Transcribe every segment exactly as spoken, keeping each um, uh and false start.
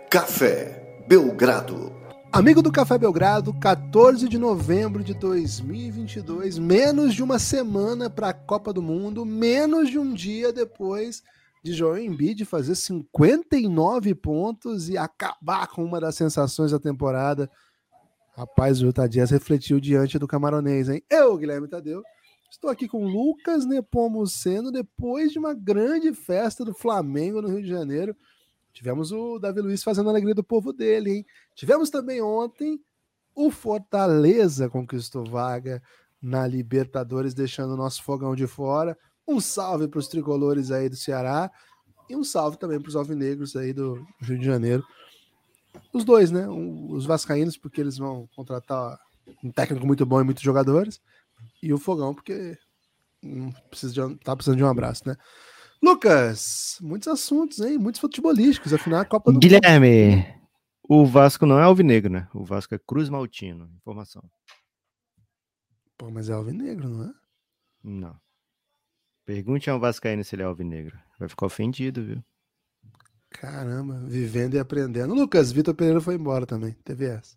Café Belgrado. Amigo do Café Belgrado, quatorze de novembro de dois mil e vinte e dois, menos de uma semana para a Copa do Mundo, menos de um dia depois de Joel Embiid fazer cinquenta e nove pontos e acabar com uma das sensações da temporada. Rapaz, o Utah Jazz refletiu diante do camaronês, hein? Eu, Guilherme Tadeu, estou aqui com Lucas Nepomuceno depois de uma grande festa do Flamengo no Rio de Janeiro. Tivemos o Davi Luiz fazendo a alegria do povo dele, hein? Tivemos também ontem o Fortaleza conquistou vaga na Libertadores, deixando o nosso fogão de fora. Um salve para os tricolores aí do Ceará e um salve também para os alvinegros aí do Rio de Janeiro. Os dois, né? Os vascaínos, porque eles vão contratar um técnico muito bom e muitos jogadores. E o fogão, porque não precisa de um, tá precisando de um abraço, né? Lucas, muitos assuntos, hein? Muitos futebolísticos, afinal, a Copa do Guilherme, Mundo. O Vasco não é alvinegro, né? O Vasco é Cruz Maltino. Informação. Pô, mas é alvinegro, não é? Não. Pergunte ao vascaíno se ele é alvinegro. Vai ficar ofendido, viu? Caramba, vivendo e aprendendo. Lucas, Vitor Pereira foi embora também. Teve essa.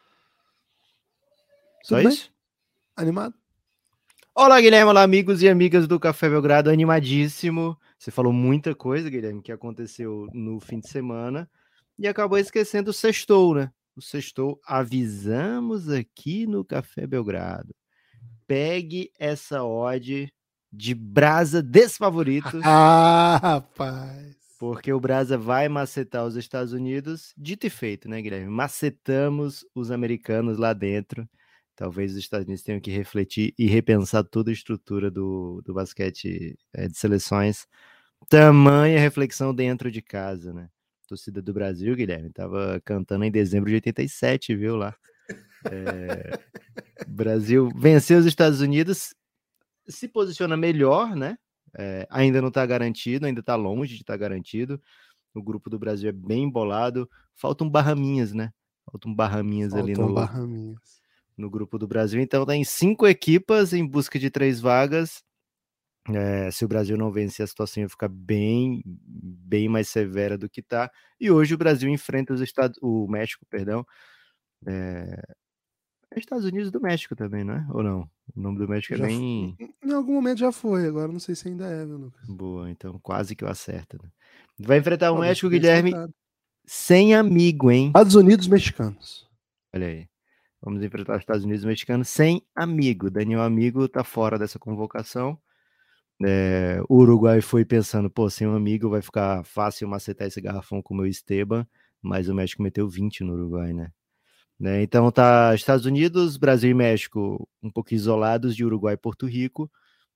Só Tudo isso? Bem? Animado? Olá, Guilherme. Olá, amigos e amigas do Café Belgrado. Animadíssimo. Você falou muita coisa, Guilherme, que aconteceu no fim de semana e acabou esquecendo o sextou, né? O sextou, avisamos aqui no Café Belgrado. Pegue essa odd de Brasa desfavorito. Ah, rapaz! Porque o Brasa vai macetar os Estados Unidos. Dito e feito, né, Guilherme? Macetamos os americanos lá dentro. Talvez os Estados Unidos tenham que refletir e repensar toda a estrutura do, do basquete é, de seleções. Tamanha reflexão dentro de casa, né? A torcida do Brasil, Guilherme, tava cantando em dezembro de oitenta e sete, viu lá? É... Brasil venceu os Estados Unidos, se posiciona melhor, né? É, ainda não tá garantido, ainda tá longe de estar tá garantido. O grupo do Brasil é bem embolado. Faltam Bahaminhas, né? Faltam Bahaminhas Faltam ali no... Bahaminhas. no grupo do Brasil, então tem cinco equipas em busca de três vagas. É, se o Brasil não vencer, a situação ia ficar bem, bem mais severa do que está. E hoje o Brasil enfrenta os Estados, o México, perdão. É, é Estados Unidos do México também, não é? Ou não? O nome do México já é bem... Foi, em algum momento já foi, agora não sei se ainda é, viu, Lucas? Boa, então quase que eu acerto. Né? Vai enfrentar o Pô, México, Guilherme, acertado. Sem amigo, hein? Estados Unidos mexicanos. Olha aí. Vamos enfrentar os Estados Unidos mexicanos sem amigo. Daniel Amigo tá fora dessa convocação. É, o Uruguai foi pensando, pô, sem um amigo vai ficar fácil macetar esse garrafão com o meu Esteban, mas o México meteu vinte no Uruguai, né? né? Então tá Estados Unidos, Brasil e México um pouco isolados de Uruguai e Porto Rico,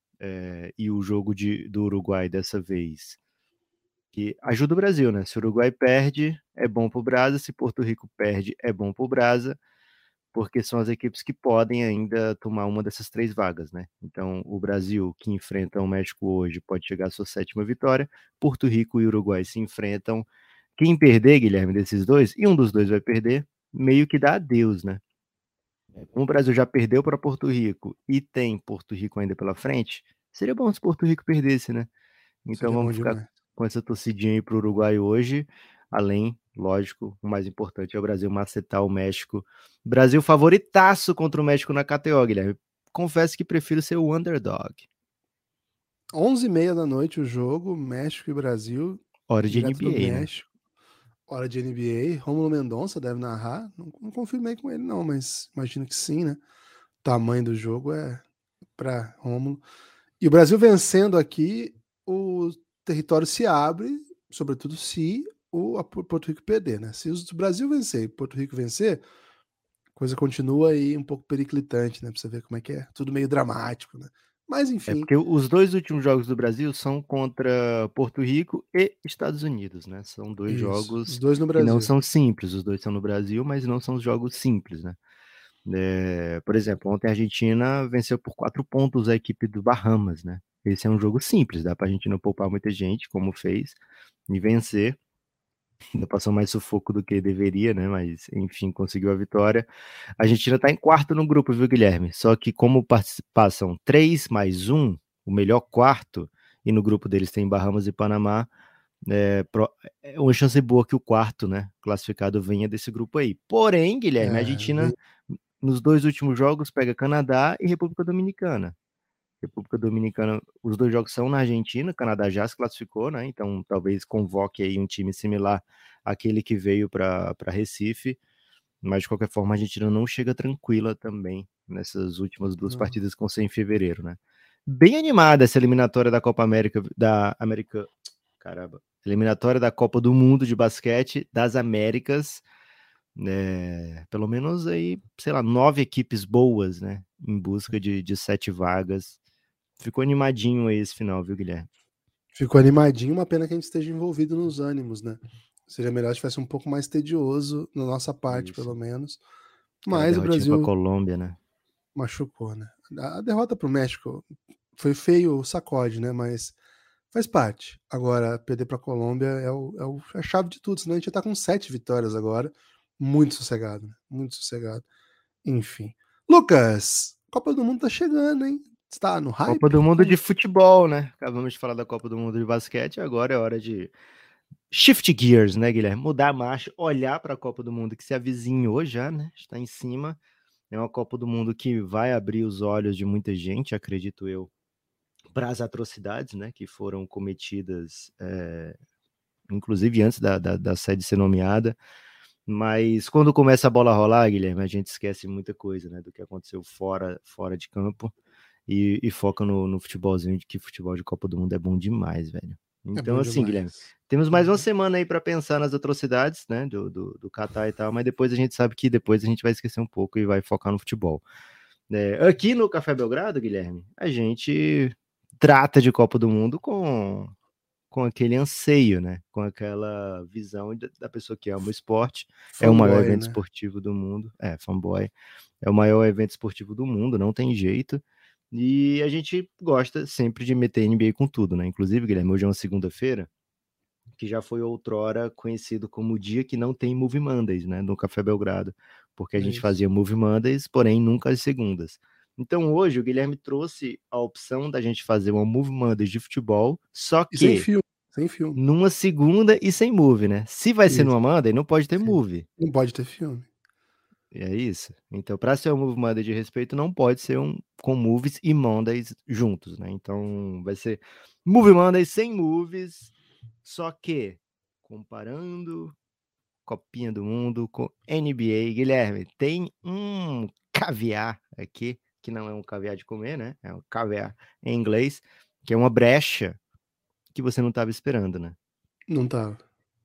é, e o jogo de, do Uruguai dessa vez que ajuda o Brasil, né? Se o Uruguai perde, é bom pro Brasa, se Porto Rico perde, é bom pro Brasa, porque são as equipes que podem ainda tomar uma dessas três vagas, né? Então, o Brasil, que enfrenta o México hoje, pode chegar à sua sétima vitória. Porto Rico e Uruguai se enfrentam. Quem perder, Guilherme, desses dois, e um dos dois vai perder, meio que dá adeus, né? Como o Brasil já perdeu para Porto Rico e tem Porto Rico ainda pela frente, seria bom se Porto Rico perdesse, né? Então, Seria vamos ficar demais. com essa torcidinha aí para o Uruguai hoje, além, lógico, o mais importante é o Brasil macetar o México. Brasil favoritaço contra o México na K T O, Guilherme. Confesso que prefiro ser o underdog. onze e meia da noite o jogo, México e Brasil. Hora de direto N B A, do né? México. Hora de N B A. Rômulo Mendonça deve narrar. Não, não confirmei com ele não, mas imagino que sim, né? O tamanho do jogo é para Rômulo. E o Brasil vencendo aqui, o território se abre, sobretudo se o a Porto Rico perder, né? Se o Brasil vencer e Porto Rico vencer, a coisa continua aí um pouco periclitante, né? Pra você ver como é que é. Tudo meio dramático, né? Mas enfim. É porque os dois últimos jogos do Brasil são contra Porto Rico e Estados Unidos, né? São dois Isso, jogos os dois no que Brasil. não são simples. Os dois são no Brasil, mas não são os jogos simples, né? É, por exemplo, ontem a Argentina venceu por quatro pontos a equipe do Bahamas, né? Esse é um jogo simples, dá pra Argentina poupar muita gente, como fez, e vencer. Ainda passou mais sufoco do que deveria, né? Mas, enfim, conseguiu a vitória. A Argentina tá em quarto no grupo, viu, Guilherme? Só que como passam três mais um, o melhor quarto, e no grupo deles tem Bahamas e Panamá, é, pro, é uma chance boa que o quarto, né, classificado venha desse grupo aí. Porém, Guilherme, a É, Argentina, vem- nos dois últimos jogos, pega Canadá e República Dominicana. República Dominicana, os dois jogos são na Argentina, o Canadá já se classificou, né? Então talvez convoque aí um time similar àquele que veio para Recife, mas de qualquer forma a Argentina não chega tranquila também nessas últimas duas não. partidas que vão ser em fevereiro, né? Bem animada essa eliminatória da Copa América, da América, caramba, eliminatória da Copa do Mundo de basquete das Américas, né? Pelo menos aí, sei lá, nove equipes boas, né? Em busca de, de sete vagas. Ficou animadinho aí esse final, viu, Guilherme? Ficou animadinho, uma pena que a gente esteja envolvido nos ânimos, né? Seria melhor se fosse um pouco mais tedioso, na nossa parte, Isso. pelo menos. Aquela Mas o derrotinha pra Brasil Colômbia, né? machucou, né? A derrota pro México foi feio o sacode, né? Mas faz parte. Agora, perder pra Colômbia é, o, é o- é a chave de tudo, senão a gente já tá com sete vitórias agora. Muito sossegado, né? Muito sossegado. Enfim. Lucas, Copa do Mundo tá chegando, hein? Está no Copa hype? do Mundo Como... de futebol, né? Acabamos de falar da Copa do Mundo de basquete, agora é hora de shift gears, né, Guilherme? Mudar a marcha, olhar para a Copa do Mundo que se avizinhou já, né? Está em cima. É uma Copa do Mundo que vai abrir os olhos de muita gente, acredito eu, para as atrocidades, né, que foram cometidas, é, inclusive antes da, da, da sede ser nomeada. Mas quando começa a bola a rolar, Guilherme, a gente esquece muita coisa, né, do que aconteceu fora, fora de campo e, e foca no, no futebolzinho, de que futebol de Copa do Mundo é bom demais, velho. É Então, bom assim, Guilherme, demais. temos mais uma Uhum. semana aí para pensar nas atrocidades, né, do, do, do Catar e tal, mas depois a gente sabe que depois a gente vai esquecer um pouco e vai focar no futebol. É, aqui no Café Belgrado, Guilherme, a gente trata de Copa do Mundo com com aquele anseio, né? Com aquela visão da pessoa que ama o esporte. É o maior Fanboy, evento né? esportivo do mundo. É, fanboy. É o maior evento esportivo do mundo, não tem jeito. E a gente gosta sempre de meter N B A com tudo, né? Inclusive, Guilherme, hoje é uma segunda-feira, que já foi outrora conhecido como o dia que não tem Movie Mondays, né? No Café Belgrado. Porque a É gente isso. fazia Movie Mondays, porém nunca as segundas. Então hoje o Guilherme trouxe a opção da gente fazer uma Movie Mondays de futebol, só E sem que filme. Sem filme. numa segunda e sem movie, né? Se vai ser Isso. numa Monday, não pode ter Sim. movie. Não pode ter filme. E é isso. Então, para ser um Movie Monday de respeito, não pode ser um com movies e Mondays juntos, né? Então, vai ser Movie Monday sem movies, só que comparando Copinha do Mundo com N B A, Guilherme, tem um caviar aqui, que não é um caviar de comer, né? É um caviar em inglês, que é uma brecha que você não estava esperando, né? Não tava.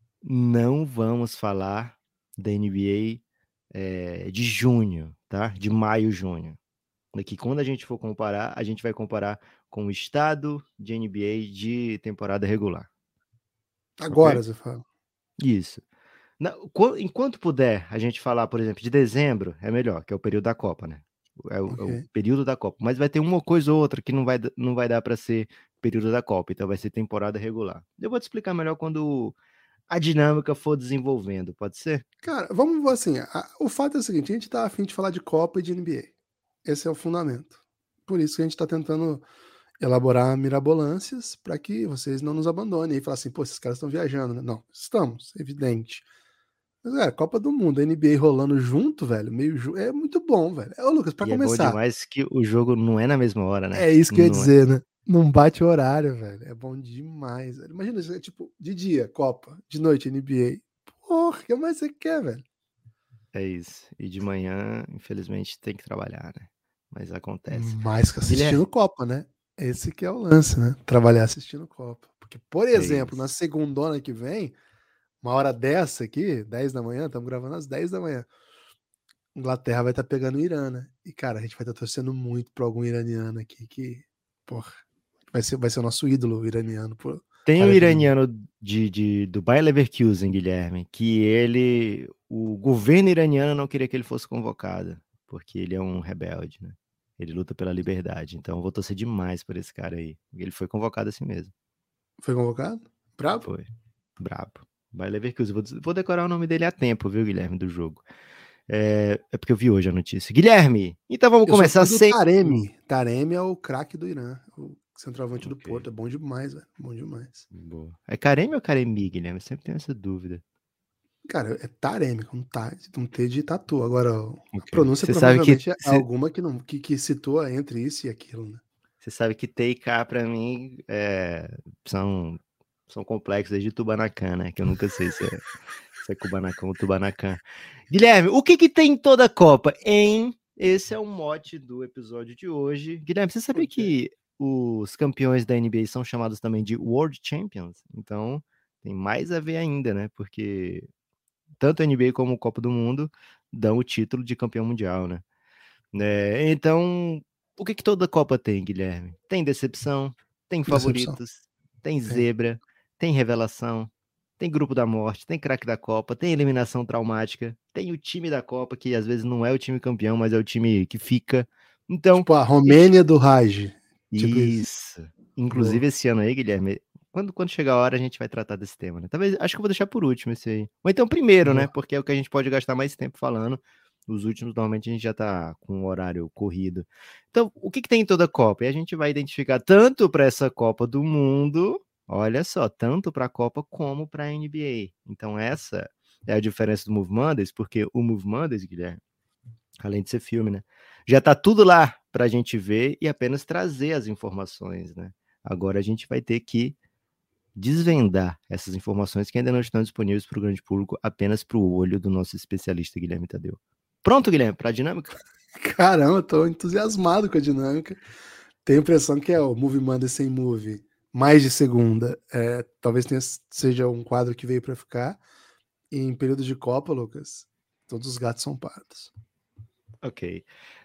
Não vamos falar da N B A é, de junho, tá? De maio, junho. Daqui, quando a gente for comparar, a gente vai comparar com o estado de N B A de temporada regular, Agora ok? você fala. Isso. Na- qu- enquanto puder a gente falar, por exemplo, de dezembro, é melhor, que é o período da Copa, né? É o, é o Ok. período da Copa. Mas vai ter uma coisa ou outra que não vai, d- não vai dar para ser período da Copa, então vai ser temporada regular. Eu vou te explicar melhor quando a dinâmica for desenvolvendo, pode ser? Cara, vamos assim. a- o fato é o seguinte: a gente tá afim de falar de Copa e de N B A. Esse é o fundamento. Por isso que a gente tá tentando elaborar mirabolâncias para que vocês não nos abandonem e falar assim, pô, esses caras estão viajando, né? Não, estamos, evidente. Mas, é, Copa do Mundo, N B A rolando junto, velho, meio ju... é muito bom, velho. Ô, Lucas, para E é bom começar, demais que o jogo não é na mesma hora, né? é isso que eu ia Não é. dizer, né? Não bate o horário, velho. É bom demais, velho. Imagina isso, é tipo, de dia, Copa, de noite, N B A. Porra, o que mais você quer, velho? É isso. E de manhã, infelizmente, tem que trabalhar, né? Mas acontece. Mais que Guilherme, assistindo Copa, né? Esse que é o lance, né? Trabalhar assistindo Copa. Porque, por é exemplo, na isso. segundona que vem, uma hora dessa aqui, dez da manhã, estamos gravando às dez da manhã. Inglaterra vai estar pegando o Irã, né? E, cara, a gente vai estar torcendo muito para algum iraniano aqui que, porra, vai ser, vai ser o nosso ídolo iraniano. Por Tem um várias vezes. iraniano de, de, do Bayer Leverkusen, Guilherme, que ele, o governo iraniano não queria que ele fosse convocado, porque ele é um rebelde, né? Ele luta pela liberdade. Então, eu vou torcer demais por esse cara aí. Ele foi convocado assim mesmo. Foi convocado? Brabo? Foi. Brabo. Bayer Leverkusen. Vou, vou decorar o nome dele a tempo, viu, Guilherme, do jogo. É, é porque eu vi hoje a notícia. Guilherme, então vamos Eu sou começar fã do sem. Taremi. Taremi é o craque do Irã. O centroavante okay. do Porto. É bom demais, velho. Bom demais. Boa. É Careme ou Caremi, Guilherme? Eu sempre tenho essa dúvida. Cara, é Taremi, com tá, um T de tatu. Agora, okay. a pronúncia cê provavelmente que, é cê... alguma que, não, que, que situa entre isso e aquilo, né? Você sabe que T e K, pra mim, é... são, são complexos desde Tubanacan, né? Que eu nunca sei se é, se é Kubanacan ou Tubanacan. Guilherme, o que que tem em toda a Copa? Em... Esse é o mote do episódio de hoje. Guilherme, você sabia okay. que os campeões da N B A são chamados também de World Champions? Então, tem mais a ver ainda, né? Porque tanto a N B A como a Copa do Mundo dão o título de campeão mundial, né? É, então, o que que toda Copa tem, Guilherme? Tem decepção, tem favoritos, decepção. tem zebra, tem. tem revelação, tem grupo da morte, tem craque da Copa, tem eliminação traumática, tem o time da Copa, que às vezes não é o time campeão, mas é o time que fica. Então, tipo a Romênia do Raj. Tipo isso. isso. Inclusive, Boa. Esse ano aí, Guilherme, quando, quando chegar a hora, a gente vai tratar desse tema, né? Talvez, acho que eu vou deixar por último esse aí. Ou então primeiro, Boa. né? Porque é o que a gente pode gastar mais tempo falando. Os últimos, normalmente, a gente já tá com um horário corrido. Então, o que, que tem em toda a Copa? E a gente vai identificar tanto para essa Copa do Mundo, olha só, tanto para a Copa como para a N B A. Então, essa é a diferença do Move Mondays, porque o Move Mondays, Guilherme, além de ser filme, né? Já tá tudo lá pra gente ver e apenas trazer as informações, né? Agora a gente vai ter que desvendar essas informações que ainda não estão disponíveis para o grande público, apenas para o olho do nosso especialista Guilherme Tadeu. Pronto, Guilherme, para a dinâmica? Caramba, tô entusiasmado com a dinâmica. Tenho a impressão que é o Movie Monday sem Movie, mais de segunda. É, talvez tenha, seja um quadro que veio para ficar. E em período de Copa, Lucas, todos os gatos são pardos. Ok.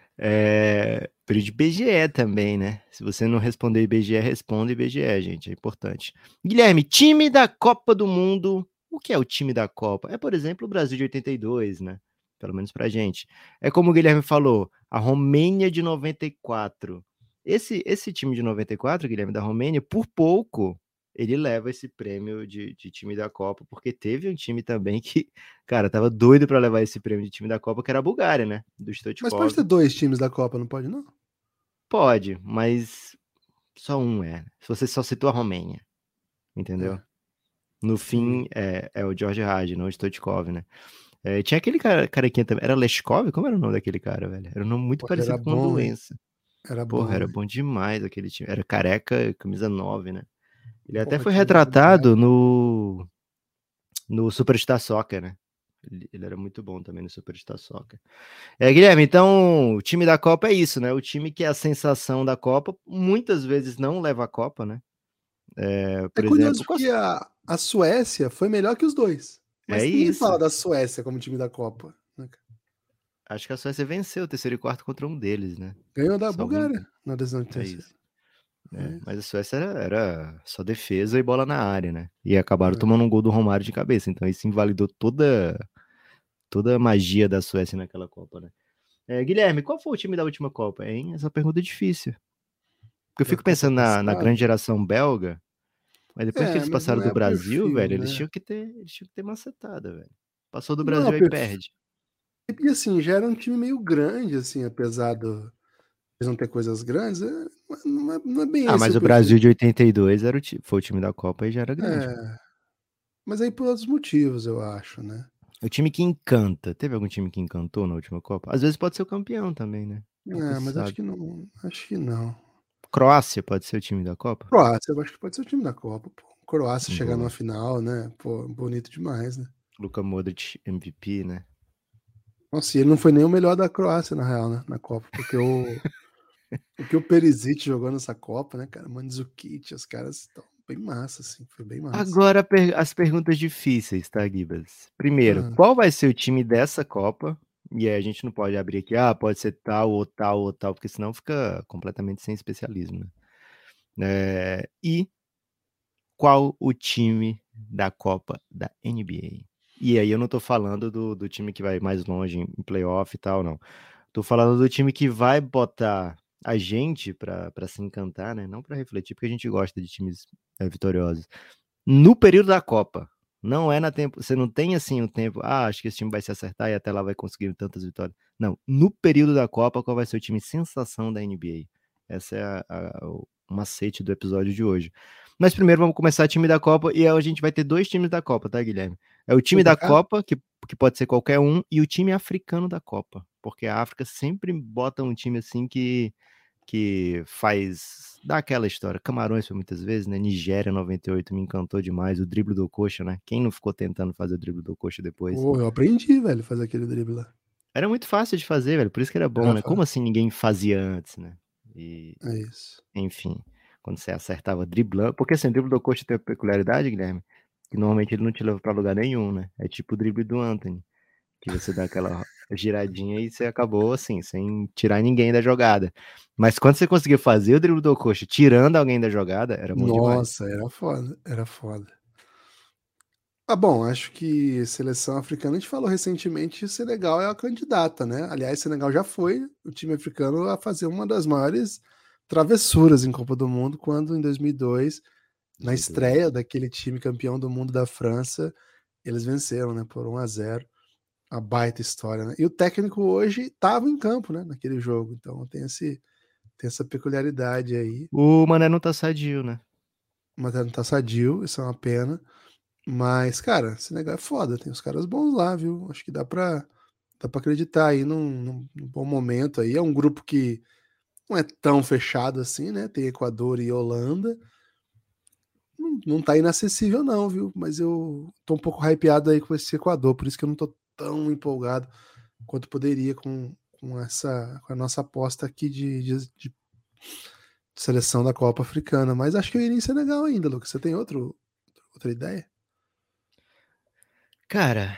É, período de I B G E também, né? Se você não responder I B G E, responda I B G E, gente, é importante. Guilherme, time da Copa do Mundo. O que é o time da Copa? É, por exemplo, o Brasil de oitenta e dois, né? Pelo menos pra gente. É como o Guilherme falou, a Romênia de noventa e quatro. Esse, esse time de noventa e quatro, Guilherme, da Romênia, por pouco, ele leva esse prêmio de, de time da Copa, porque teve um time também que, cara, tava doido para levar esse prêmio de time da Copa, que era a Bulgária, né? Do Stoichkov. Mas pode ter dois times da Copa, não pode, não? Pode, mas só um é. Se você só citou a Romênia, entendeu? É. No fim, é, é o George Hagi, não o Stoichkov, né? É, tinha aquele cara, carequinha também. Era Leshkov? Como era o nome daquele cara, velho? Era um nome muito Pô, parecido com uma doença. Era Porra, bom, era né? bom demais aquele time. Era careca, camisa nove, né? Ele Porra, até foi time retratado no, no Superstar Soccer, né? Ele, ele era muito bom também no Superstar Soccer. É, Guilherme, então o time da Copa é isso, né? O time que é a sensação da Copa, muitas vezes não leva a Copa, né? É, por é curioso exemplo, porque a, a Suécia foi melhor que os dois. Mas é ninguém isso. fala da Suécia como time da Copa. Né? Acho que a Suécia venceu o terceiro e quarto contra um deles, né? Ganhou da Só Bulgária algum... na decisão de terceiro. É é, mas a Suécia era, era só defesa e bola na área, né? E acabaram é. tomando um gol do Romário de cabeça. Então isso invalidou toda, toda a magia da Suécia naquela Copa, né? É, Guilherme, qual foi o time da última Copa, hein? Essa pergunta é difícil. Porque eu fico da pensando na, na grande geração belga, mas depois é, que eles passaram do Brasil, perfil, velho, né? eles tinham que ter, eles tinham que ter macetada, velho. Passou do Brasil e perde. E assim, já era um time meio grande, assim, apesar do eles não ter coisas grandes, é, não, é, não é bem Ah, esse mas o, o Brasil de oitenta e dois era o, foi o time da Copa e já era grande. É, mas aí por outros motivos, eu acho, né? O time que encanta. Teve algum time que encantou na última Copa? Às vezes pode ser o campeão também, né? É, mas sabe. acho que não. Acho que não. Croácia pode ser o time da Copa? Croácia, eu acho que pode ser o time da Copa, pô. Croácia Boa. chegar numa final, né? Pô, bonito demais, né? Luka Modric, M V P, né? Nossa, e ele não foi nem o melhor da Croácia, na real, né? Na Copa, porque o, o que o Perisic jogou nessa Copa, né, cara? Mandzukic, os caras estão bem massa, assim, foi bem massa. Agora per as perguntas difíceis, tá, Gibas? Primeiro, ah. qual vai ser o time dessa Copa? E aí a gente não pode abrir aqui, ah, pode ser tal ou tal ou tal, porque senão fica completamente sem especialismo, né? É, e qual o time da Copa da N B A? E aí eu não tô falando do, do time que vai mais longe em playoff e tal, não. Tô falando do time que vai botar a gente pra, pra se encantar, né? Não pra refletir, porque a gente gosta de times é, vitoriosos. No período da Copa. Não é na tempo. Você não tem assim um tempo. Ah, acho que esse time vai se acertar e até lá vai conseguir tantas vitórias. Não. No período da Copa, qual vai ser o time sensação da N B A? Essa é a, a, macete do episódio de hoje. Mas primeiro vamos começar o time da Copa, e a gente vai ter dois times da Copa, tá, Guilherme? É o time da Copa, que, que pode ser qualquer um, e o time africano da Copa, porque a África sempre bota um time assim que, que faz, dá aquela história. Camarões foi muitas vezes, né? Nigéria noventa e oito me encantou demais, o drible do Coxa, né? Quem não ficou tentando fazer o drible do Coxa depois? Pô, eu aprendi, velho, fazer aquele drible lá. Era muito fácil de fazer, velho, por isso que era bom, Era né? Como assim ninguém fazia antes, né? E, É isso. enfim, quando você acertava driblando, porque assim, o drible do Coxa tem a peculiaridade, Guilherme, que normalmente ele não te leva pra lugar nenhum, né? É tipo o drible do Anthony, que você dá aquela giradinha e você acabou assim, sem tirar ninguém da jogada. Mas quando você conseguia fazer o drible do Coxa tirando alguém da jogada, era bom demais. Nossa, era foda, era foda. Ah, bom, acho que seleção africana, a gente falou recentemente, Senegal é a candidata, né? Aliás, Senegal já foi o time africano a fazer uma das maiores travessuras em Copa do Mundo, quando em dois mil e dois, na estreia daquele time campeão do mundo da França, eles venceram, né, por um a zero. A baita história, né? E o técnico hoje estava em campo, né, naquele jogo, então tem, esse, tem essa peculiaridade aí. O Mané não tá sadio, né? O Matheus não tá sadio, isso é uma pena. Mas, cara, Senegal é foda, tem os caras bons lá, viu? Acho que dá pra, dá pra acreditar aí num, num, num bom momento aí. É um grupo que não é tão fechado assim, né? Tem Equador e Holanda. Não, não tá inacessível, não, viu? Mas eu tô um pouco hypeado aí com esse Equador, por isso que eu não tô tão empolgado quanto poderia com, com essa com a nossa aposta aqui de, de, de seleção da Copa Africana. Mas acho que eu iria em Senegal ainda, Lucas. Você tem outro, outra ideia? Cara,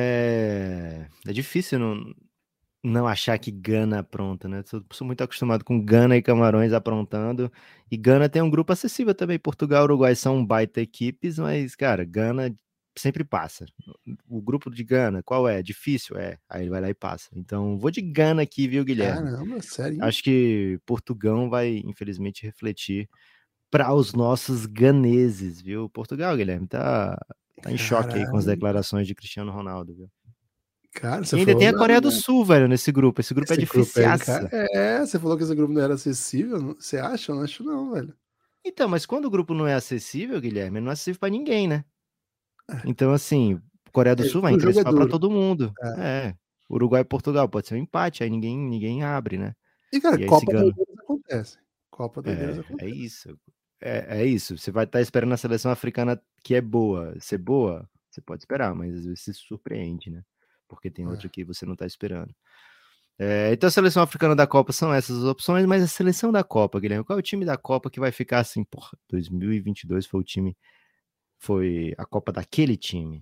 é, é difícil não, não achar que Gana apronta, né? Sou, sou muito acostumado com Gana e Camarões aprontando. E Gana tem um grupo acessível também. Portugal e Uruguai são baita equipes, mas, cara, Gana sempre passa. O grupo de Gana, qual é? Difícil? É. Aí ele vai lá e passa. Então, vou de Gana aqui, viu, Guilherme? Caramba, sério? Acho que Portugal vai, infelizmente, refletir para os nossos ganeses, viu? Portugal, Guilherme, tá, tá em choque aí com as Caramba. declarações de Cristiano Ronaldo, viu? Cara, E você ainda falou tem a nada, Coreia do né? Sul, velho, nesse grupo. Esse grupo é Esse grupo é, cara, dificiaça. é, você falou que esse grupo não era acessível. não- Você acha? Eu não acho não, velho. Então, mas quando o grupo não é acessível, Guilherme, não é acessível pra ninguém, né? Então, assim, Coreia do É, Sul vai o jogo é encrespar pra duro. todo mundo. É. É. Uruguai e Portugal pode ser um empate, aí ninguém, ninguém abre, né? E, cara, E aí se Copa Gana. Doideiras acontece. Copa Doideiras É, é acontece. isso. É, é isso. Você vai estar esperando a seleção africana que é boa. Ser boa, você pode esperar, mas às vezes se surpreende, né? Porque tem outra É. que você não tá esperando. É, então a seleção africana da Copa são essas as opções, mas a seleção da Copa, Guilherme, qual é o time da Copa que vai ficar assim, porra, dois mil e vinte e dois foi o time, foi a Copa daquele time?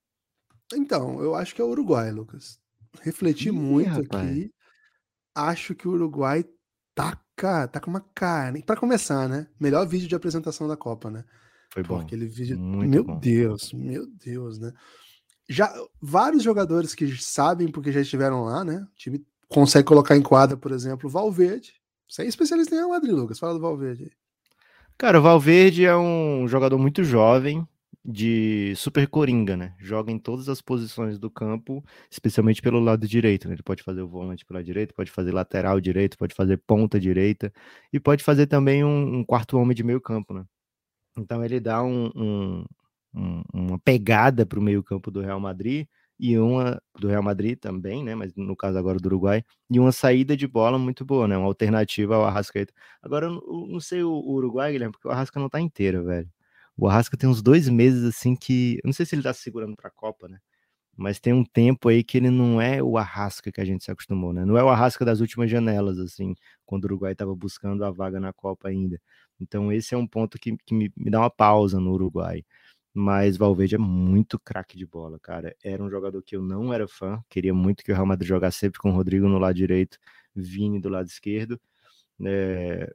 Então, eu acho que é o Uruguai, Lucas. Refleti Ih, muito rapaz, aqui. Acho que o Uruguai tá, ca- tá com uma cara. Pra começar, né? Melhor vídeo de apresentação da Copa, né? foi Pô, bom, aquele vídeo. muito Meu bom. Deus, meu Deus, né? Já vários jogadores que sabem porque já estiveram lá, né? O time consegue colocar em quadra, por exemplo, o Valverde. Você é especialista em Real Madrid, Lucas. Fala do Valverde aí. Cara, o Valverde é um jogador muito jovem, de super coringa, né? Joga em todas as posições do campo, especialmente pelo lado direito, né? Ele pode fazer o volante pela direita, pode fazer lateral direito, pode fazer ponta direita e pode fazer também um, um quarto homem de meio campo, né? Então ele dá um, um, um, uma pegada para o meio campo do Real Madrid e uma do Real Madrid também, né? Mas no caso agora do Uruguai, e uma saída de bola muito boa, né? Uma alternativa ao Arrascaeta. Agora eu não sei o, o Uruguai, Guilherme, porque o Arrasca não tá inteiro, velho. O Arrasca tem uns dois meses assim que. Eu não sei se ele tá se segurando pra Copa, né? Mas tem um tempo aí que ele não é o Arrasca que a gente se acostumou, né? Não é o Arrasca das últimas janelas, assim, quando o Uruguai estava buscando a vaga na Copa ainda. Então esse é um ponto que, que me, me dá uma pausa no Uruguai. Mas Valverde é muito craque de bola, cara. Era um jogador que eu não era fã, queria muito que o Real Madrid jogasse sempre com o Rodrigo no lado direito, Vini do lado esquerdo, é,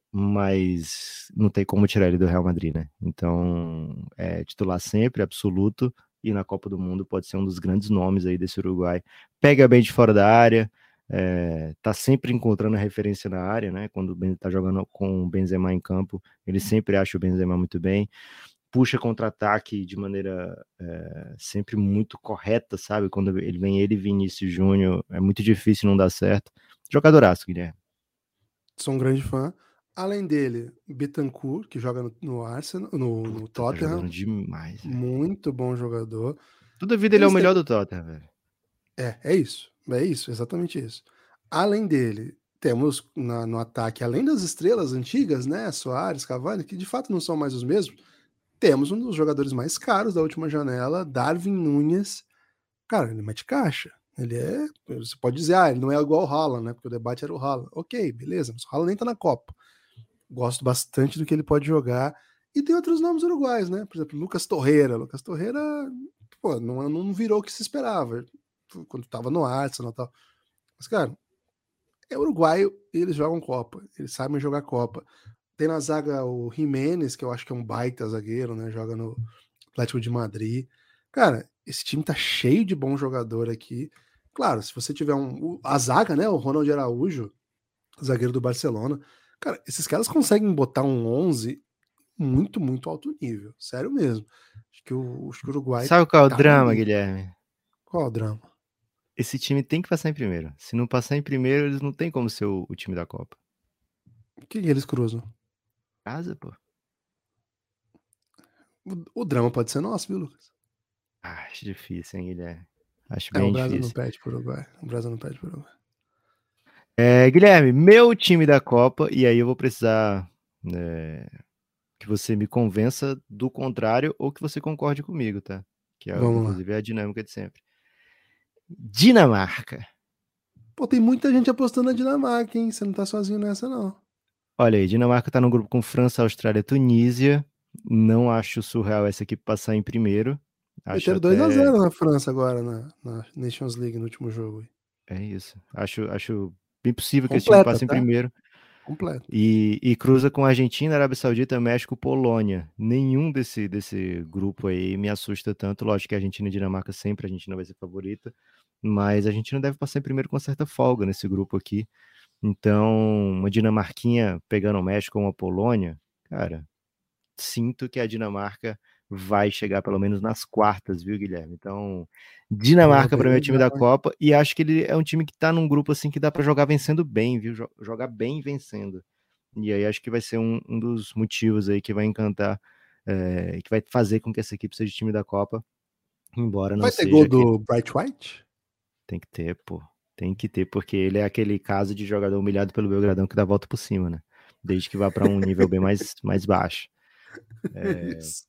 mas não tem como tirar ele do Real Madrid, né? Então, é titular sempre, absoluto, e na Copa do Mundo pode ser um dos grandes nomes aí desse Uruguai. Pega bem de fora da área, é, tá sempre encontrando referência na área, né? Quando tá jogando com o Benzema em campo, ele sempre acha o Benzema muito bem. Puxa contra-ataque de maneira é, sempre muito correta, sabe? Quando ele vem ele e Vinícius Júnior, é muito difícil não dar certo. Jogadoraço, Guilherme. Sou um grande fã. Além dele, Betancourt, que joga no, no Arsenal, no, no Puta, tá Tottenham. jogando demais, velho. Muito bom jogador. Toda vida ele é o Eles têm... melhor do Tottenham, velho. É, é isso. É isso, exatamente isso. Além dele, temos na- no ataque, além das estrelas antigas, né? Soares, Cavani, que de fato não são mais os mesmos, temos um dos jogadores mais caros da última janela, Darwin Núñez. Cara, ele mete caixa. Ele é. Você pode dizer, ah, ele não é igual o Haaland, né? Porque o debate era o Haaland. Ok, beleza, mas o Haaland nem tá na Copa. Gosto bastante do que ele pode jogar. E tem outros nomes uruguais, né? Por exemplo, Lucas Torreira. Lucas Torreira, pô, não, não virou o que se esperava. Quando tava no Arsenal e tal. Mas, cara, é uruguaio e eles jogam Copa. Eles sabem jogar Copa. Tem na zaga o Jiménez, que eu acho que é um baita zagueiro, né? Joga no Atlético de Madrid. Cara, esse time tá cheio de bom jogador aqui. Claro, se você tiver um. A zaga, né? O Ronald Araújo, zagueiro do Barcelona. Cara, esses caras conseguem botar um onze muito, muito alto nível. Sério mesmo. Acho que o, acho que o Uruguai Sabe qual é o tá no drama, nível. Guilherme? Qual é o drama? Esse time tem que passar em primeiro. Se não passar em primeiro, eles não tem como ser o, o time da Copa. O que, que eles cruzam? Casa, pô. O, o drama pode ser nosso, viu, Lucas? Ah, acho difícil, hein, Guilherme? Acho É, o bem Brasil não difícil. perde pro Uruguai. O Brasil não perde pro Uruguai. É, Guilherme, meu time da Copa, e aí eu vou precisar é, que você me convença do contrário ou que você concorde comigo, tá? Que é, Vamos lá. inclusive, é a dinâmica de sempre. Dinamarca. Pô, tem muita gente apostando na Dinamarca, hein? Você não tá sozinho nessa, não. Olha aí, Dinamarca tá no grupo com França, Austrália, Tunísia. Não acho surreal essa equipe passar em primeiro. Acho Meteram dois a até. zero na França agora, na, na Nations League, no último jogo. É isso. Acho, acho bem possível que esse time Completa, passe em tá? primeiro. Completa. E, e cruza com Argentina, Arábia Saudita, México, Polônia. Nenhum desse, desse grupo aí me assusta tanto. Lógico que a Argentina e Dinamarca sempre a Argentina vai ser favorita. Mas a Argentina deve passar em primeiro com certa folga nesse grupo aqui. Então, uma dinamarquinha pegando o México ou uma Polônia, cara, sinto que a Dinamarca vai chegar pelo menos nas quartas, viu, Guilherme? Então, Pô, Dinamarca bem para mim é o time legal, da hein? Copa e acho que ele é um time que tá num grupo assim que dá para jogar vencendo bem, viu? Jo- Jogar bem vencendo. E aí acho que vai ser um, um dos motivos aí que vai encantar, é, que vai fazer com que essa equipe seja o time da Copa, embora não Vai ter gol seja aquele. do Bright White? Tem que ter, pô. Tem que ter, porque ele é aquele caso de jogador humilhado pelo Belgradão que dá a volta por cima, né? Desde que vá para um nível bem mais, mais baixo. Isso.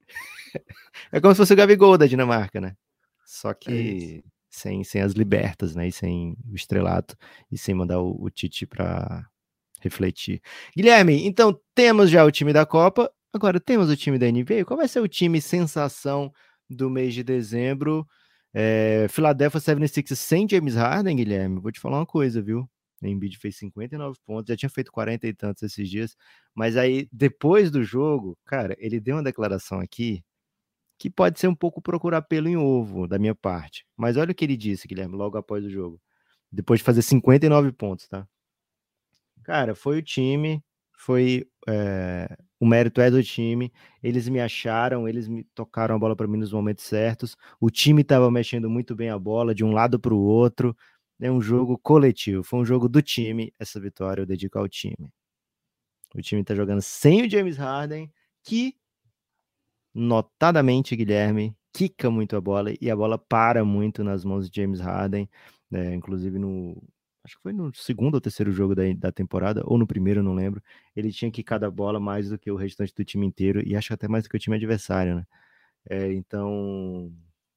É como se fosse o Gabigol da Dinamarca, né? Só É isso. que sem, sem as libertas, né? E sem o estrelato e sem mandar o, o Tite para refletir. Guilherme, então temos já o time da Copa, agora temos o time da N B A. Qual vai ser o time sensação do mês de dezembro? É, Philadelphia setenta e seis sem James Harden, Guilherme. Vou te falar uma coisa, viu? O Embiid fez cinquenta e nove pontos, já tinha feito quarenta e tantos esses dias, mas aí depois do jogo, cara, ele deu uma declaração aqui que pode ser um pouco procurar pelo em ovo da minha parte. Mas olha o que ele disse, Guilherme, logo após o jogo. Depois de fazer cinquenta e nove pontos, tá? Cara, foi o time, foi é, o mérito é do time. Eles me acharam, eles me tocaram a bola para mim nos momentos certos. O time estava mexendo muito bem a bola de um lado para o outro. É um jogo coletivo, foi um jogo do time. Essa vitória eu dedico ao time. O time está jogando sem o James Harden, que notadamente, Guilherme, quica muito a bola e a bola para muito nas mãos de James Harden, né? Inclusive no, acho que foi no segundo ou terceiro jogo da, da temporada, ou no primeiro, não lembro, ele tinha quicado a bola mais do que o restante do time inteiro, e acho até mais do que o time adversário, né? É, então,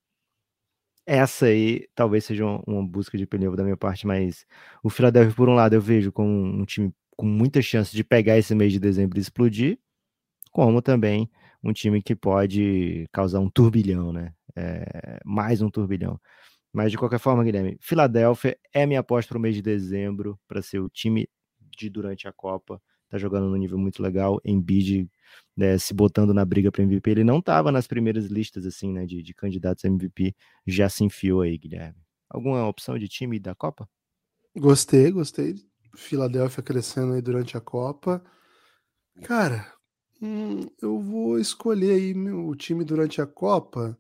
essa aí talvez seja uma, uma busca de pneu da minha parte, mas o Philadelphia, por um lado, eu vejo como um time com muita chance de pegar esse mês de dezembro e explodir, como também um time que pode causar um turbilhão, né? É, mais um turbilhão. Mas de qualquer forma, Guilherme, Filadélfia é minha aposta para o mês de dezembro, para ser o time de durante a Copa. Tá jogando num nível muito legal. Embiid, né, se botando na briga para M V P. Ele não estava nas primeiras listas assim, né, de, de candidatos a M V P. Já se enfiou aí, Guilherme. Alguma opção de time da Copa? Gostei, gostei. Filadélfia crescendo aí durante a Copa. Cara, hum, eu vou escolher aí meu time durante a Copa.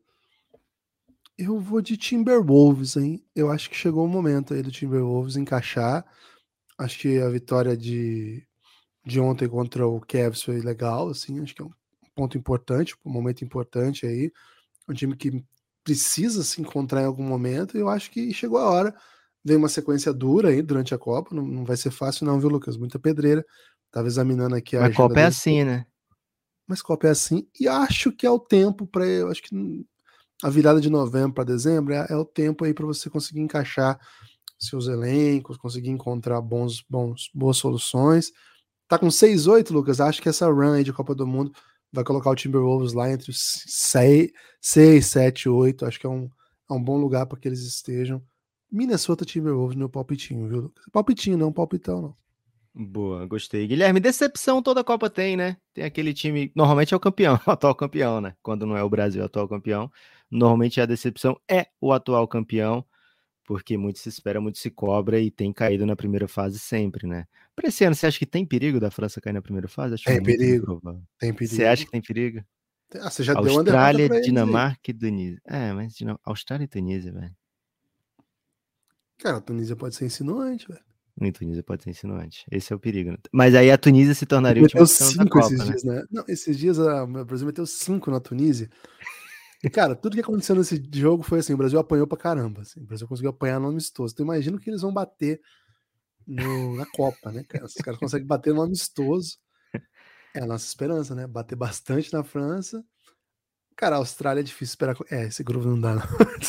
Eu vou de Timberwolves, hein? Eu acho que chegou o momento aí do Timberwolves encaixar. Acho que a vitória de de ontem contra o Cavs foi legal, assim, acho que é um ponto importante, um momento importante aí, um time que precisa se encontrar em algum momento, e eu acho que chegou a hora. Vem uma sequência dura aí durante a Copa, não, não vai ser fácil não, viu, Lucas? Muita pedreira. Tava examinando aqui a Mas agenda Copa é deles. assim, né? Mas Copa é assim, e acho que é o tempo para, eu acho que a virada de novembro para dezembro é, é o tempo aí para você conseguir encaixar seus elencos, conseguir encontrar bons, bons, boas soluções. Tá com seis oito, Lucas? Acho que essa run aí de Copa do Mundo vai colocar o Timberwolves lá entre os seis, sete, oito. Acho que é um, é um bom lugar para que eles estejam. Minnesota Timberwolves, meu palpitinho, viu, Lucas? Palpitinho, não palpitão, não. Boa, gostei. Guilherme, decepção toda a Copa tem, né? Tem aquele time, normalmente é o campeão, o atual campeão, né? Quando não é o Brasil, o atual campeão. Normalmente a decepção é o atual campeão, porque muito se espera, muito se cobra e tem caído na primeira fase sempre, né? Para esse ano, você acha que tem perigo da França cair na primeira fase? Acho Tem muito perigo, improvável. tem Você acha perigo. que tem perigo? Ah, você já deu uma derrota Austrália, para eles aí. Dinamarca e Tunísia. É, mas Dina- Austrália e Tunísia, velho. Cara, a Tunísia pode ser insinuante, velho. Nem Tunísia pode ser insinuante. Esse é o perigo, né? Mas aí a Tunísia se tornaria o time Meteu campeão da cinco esses Copa, né? dias, né? Não, esses dias a- o Brasil meteu cinco na Tunísia. E, cara, tudo que aconteceu nesse jogo foi assim: o Brasil apanhou pra caramba. Assim, o Brasil conseguiu apanhar no amistoso. Então, imagina o que eles vão bater no, na Copa, né, cara? Esses caras conseguem bater no amistoso. É a nossa esperança, né? Bater bastante na França. Cara, a Austrália é difícil esperar. É, esse grupo não dá, não.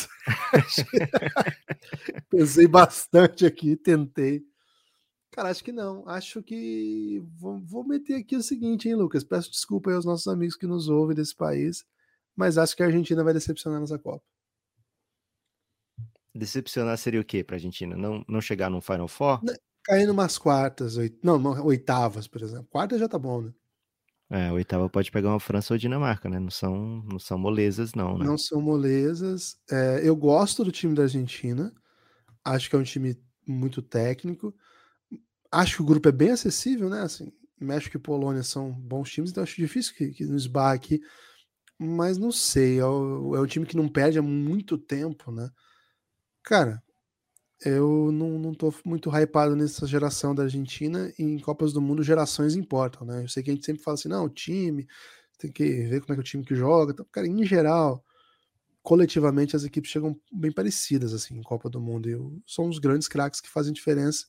Pensei bastante aqui, tentei. Cara, acho que não. Acho que vou, vou meter aqui o seguinte, hein, Lucas? Peço desculpa aí aos nossos amigos que nos ouvem desse país, mas acho que a Argentina vai decepcionar nessa Copa. Decepcionar seria o quê pra Argentina? Não, não chegar num Final Four? Né, cair numas quartas, oit... não, não, oitavas, por exemplo. Quartas já tá bom, né? É, a oitava pode pegar uma França ou Dinamarca, né? Não são, não são molezas, não, né? Não são molezas. É, eu gosto do time da Argentina. Acho que é um time muito técnico. Acho que o grupo é bem acessível, né? Assim, México e Polônia são bons times, então acho difícil que, que nos esbarre aqui. Mas não sei, é o, é um time que não perde há muito tempo, né? Cara, eu não, não tô muito hypado nessa geração da Argentina, e em Copas do Mundo gerações importam, né? Eu sei que a gente sempre fala assim, não, o time, tem que ver como é que é o time que joga. Então, cara, em geral, coletivamente as equipes chegam bem parecidas, assim, em Copa do Mundo. E eu, são os grandes craques que fazem diferença.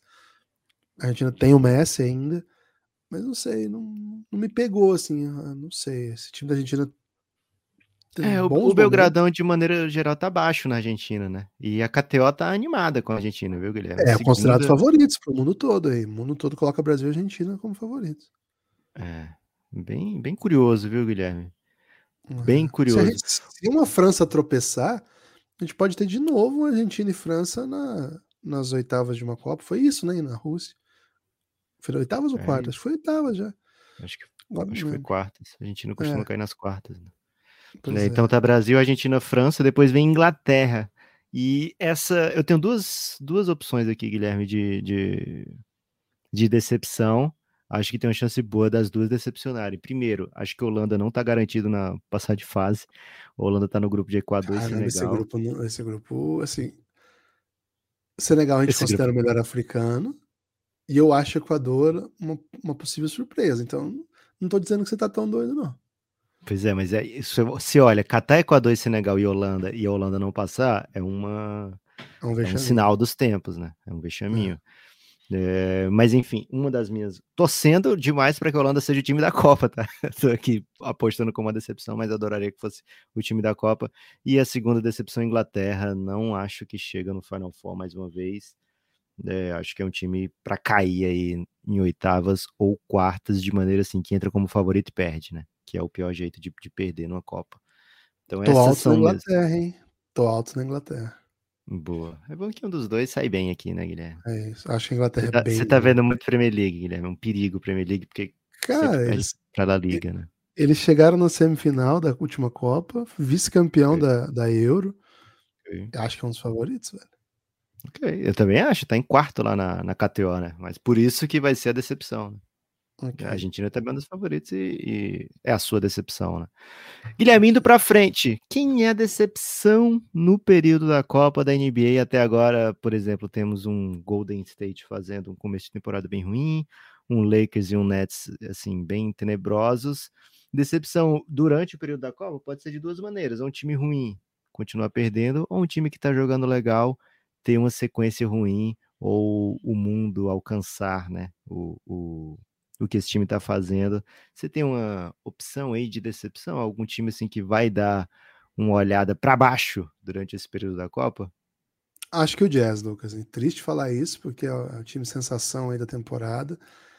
A Argentina tem o Messi ainda, mas não sei, não, não me pegou, assim, não sei. Esse time da Argentina tem É, o, bons o momentos. Belgradão, de maneira geral, tá baixo na Argentina, né? E a K T O tá animada com a Argentina, viu, Guilherme? É, considerados Segunda. favoritos para o mundo todo aí. O mundo todo coloca Brasil e Argentina como favoritos. É, bem, bem curioso, viu, Guilherme? Bem É. Se, a curioso. gente- se uma França tropeçar, a gente pode ter de novo Argentina e França na, nas oitavas de uma Copa. Foi isso, né? Na Rússia. Foi oitavas ou É quartas? isso. Foi oitavas já. Acho que, Agora acho não que foi lembro. quartas. A Argentina costuma É, cair nas quartas, né? Né, pois então é. tá Brasil, Argentina, França, depois vem Inglaterra. E essa, eu tenho duas, duas opções aqui, Guilherme, de, de, de decepção. Acho que tem uma chance boa das duas decepcionarem. Primeiro, acho que a Holanda não tá garantido na passar de fase. A Holanda tá no grupo de Equador e Caramba, esse Senegal. grupo, não- esse grupo, assim. Senegal a gente Esse grupo. considera o melhor africano. E eu acho o Equador uma, uma possível surpresa. Então, não tô dizendo que você tá tão doido, não. Pois é, mas é isso. Se olha, Catar, Equador e Senegal e Holanda e a Holanda não passar, é uma É um é um vexaminho. sinal dos tempos, né? É um É. vexaminho. É, mas enfim, uma das minhas. Torcendo demais para que a Holanda seja o time da Copa, tá? Estou aqui apostando como uma decepção, mas adoraria que fosse o time da Copa. E a segunda decepção, Inglaterra. Não acho que chega no Final Four mais uma vez. É, acho que é um time para cair aí em oitavas ou quartas, de maneira assim que entra como favorito e perde, né? Que é o pior jeito de, de perder numa Copa. Então Tô essas alto na são minhas. Inglaterra, hein? Tô alto na Inglaterra. Boa. É bom que um dos dois sai bem aqui, né, Guilherme? É isso. Acho que a Você Inglaterra é tá, você bem tá melhor. vendo muito Premier League, Guilherme. É um perigo Premier League, porque sempre Cara, perde eles, pra La Liga, né? eles chegaram na semifinal da última Copa, vice-campeão Ok, da, da Euro. ok. Acho que é um dos favoritos, velho. Ok, eu também acho, tá em quarto lá na, na K T O, né? Mas por isso que vai ser a decepção, né? Ok. A Argentina também é um dos favoritos e, e é a sua decepção, né? Guilherme, indo pra frente, quem é a decepção no período da Copa da N B A até agora? Por exemplo, temos um Golden State fazendo um começo de temporada bem ruim, um Lakers e um Nets, assim, bem tenebrosos. Decepção durante o período da Copa pode ser de duas maneiras, ou um time ruim continuar perdendo, ou um time que está jogando legal ter uma sequência ruim, ou o mundo alcançar, né, o, o, o que esse time está fazendo. Você tem uma opção aí de decepção? Algum time assim que vai dar uma olhada para baixo durante esse período da Copa? Acho que o Jazz, Lucas. É triste falar isso, porque é o time sensação aí da temporada.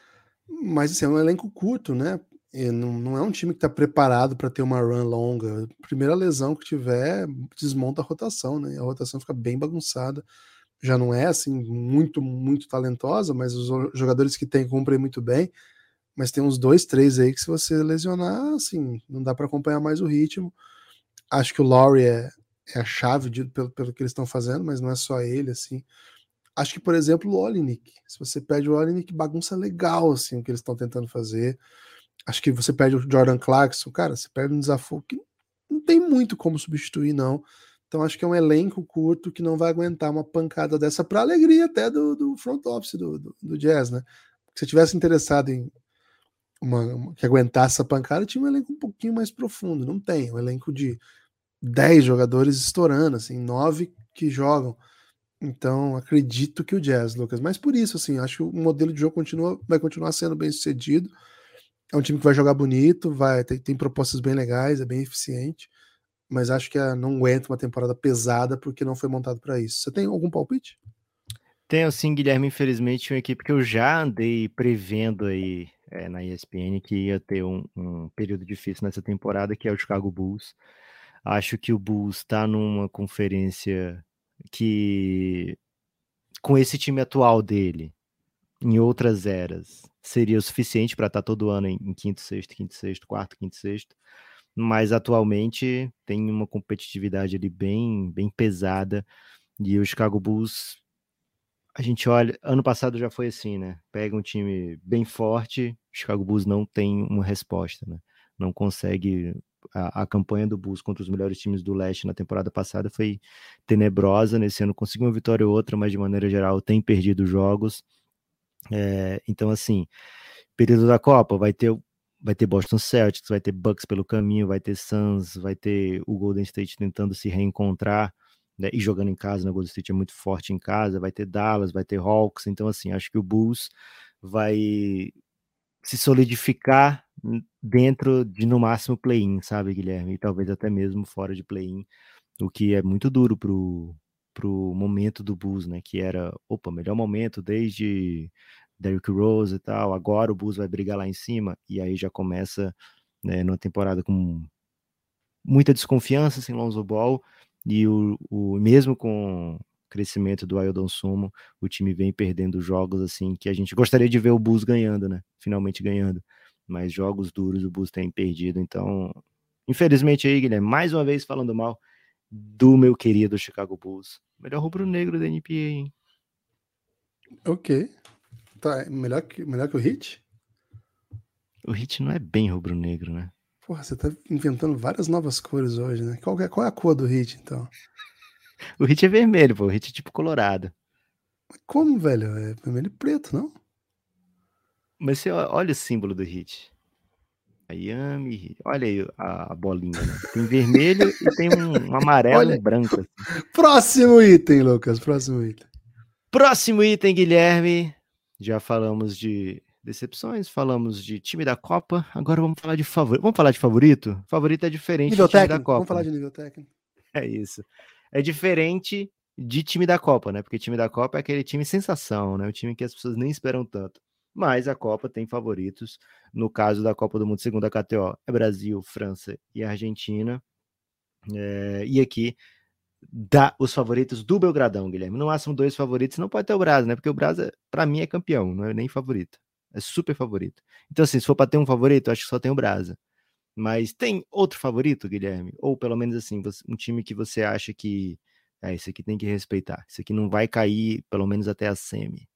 Mas assim, é um elenco curto, né? E não, não é um time que está preparado para ter uma run longa. Primeira lesão que tiver, desmonta a rotação, né? A rotação fica bem bagunçada. Já não é assim muito, muito talentosa, mas os jogadores que tem cumprem muito bem. Mas tem uns dois, três aí que se você lesionar, assim, não dá para acompanhar mais o ritmo. Acho que o Laurie é, é a chave de, pelo, pelo que eles estão fazendo, mas não é só ele, assim. Acho que, por exemplo, o Olynyk. Se você perde o Olynyk, bagunça legal, assim, o que eles estão tentando fazer. Acho que você perde o Jordan Clarkson, cara, você perde um desafio que não tem muito como substituir, não. Então acho que é um elenco curto que não vai aguentar uma pancada dessa, para alegria até do, do front office do, do, do Jazz, né? Se eu tivesse interessado em uma, uma, que aguentasse essa pancada, tinha um elenco um pouquinho mais profundo. Não tem, um elenco de dez jogadores estourando, assim, nove que jogam. Então, acredito que o Jazz, Lucas. Mas por isso, assim, acho que o modelo de jogo continua, vai continuar sendo bem sucedido. É um time que vai jogar bonito, vai tem, tem propostas bem legais, é bem eficiente. Mas acho que a, não aguenta uma temporada pesada porque não foi montado para isso. Você tem algum palpite? Tenho sim, Guilherme, infelizmente, uma equipe que eu já andei prevendo aí é, na E S P N que ia ter um, um período difícil nessa temporada, que é o Chicago Bulls. Acho que o Bulls está numa conferência que, com esse time atual dele, em outras eras, seria o suficiente para estar tá todo ano em, em quinto, sexto, quinto, sexto, quarto, quinto, sexto. Mas atualmente tem uma competitividade ali bem, bem pesada. E o Chicago Bulls, a gente olha, ano passado já foi assim, né? Pega um time bem forte, o Chicago Bulls não tem uma resposta, né? Não consegue. A, a campanha do Bulls contra os melhores times do leste na temporada passada foi tenebrosa. Nesse ano conseguiu uma vitória ou outra, mas de maneira geral tem perdido jogos. É, então, assim, período da Copa vai ter, vai ter Boston Celtics, vai ter Bucks pelo caminho, vai ter Suns, vai ter o Golden State tentando se reencontrar, né, e jogando em casa, né? O Golden State é muito forte em casa, vai ter Dallas, vai ter Hawks. Então, assim, acho que o Bulls vai se solidificar dentro de, no máximo, play-in, sabe, Guilherme? E talvez até mesmo fora de play-in, o que é muito duro pro, pro momento do Bulls, né? Que era, opa, melhor momento desde Derrick Rose e tal. Agora o Bulls vai brigar lá em cima, e aí já começa, né, numa temporada com muita desconfiança sem Lonzo Ball, e o, o mesmo com o crescimento do Aildon Sumo, o time vem perdendo jogos assim que a gente gostaria de ver o Bulls ganhando, né? Finalmente ganhando. Mas jogos duros o Bulls tem perdido, então, infelizmente aí, Guilherme, mais uma vez falando mal do meu querido Chicago Bulls. Melhor rubro-negro da N B A, hein? Ok. Tá, melhor que, melhor que o Heat? O Heat não é bem rubro-negro, né? Porra, você tá inventando várias novas cores hoje, né? Qual, é, qual é a cor do Heat, então? O Heat é vermelho, pô. O Heat é tipo colorado. Como, velho? É vermelho e preto, não? Mas você olha o símbolo do Heat. Miami, olha aí a, a bolinha, né? Tem vermelho e tem um, um amarelo e um branco. Assim. Próximo item, Lucas. Próximo item. Próximo item, Guilherme. Já falamos de decepções, falamos de time da Copa. Agora vamos falar de favorito. Vamos falar de favorito? Favorito é diferente Nível de time técnico? da Copa. Vamos falar de nível técnico. É isso. É diferente de time da Copa, né? Porque time da Copa é aquele time sensação, né? O time que as pessoas nem esperam tanto. Mas a Copa tem favoritos. No caso da Copa do Mundo, segundo a K T O, é Brasil, França e Argentina. É, e aqui dá os favoritos do Belgradão, Guilherme. No máximo dois favoritos, não pode ter o Brasa, né? Porque o Brasa, para mim, é campeão, não é nem favorito. É super favorito. Então, assim, se for para ter um favorito, acho que só tem o Brasa. Mas tem outro favorito, Guilherme? Ou pelo menos assim, um time que você acha que é, esse aqui tem que respeitar. Esse aqui não vai cair, pelo menos até a semi.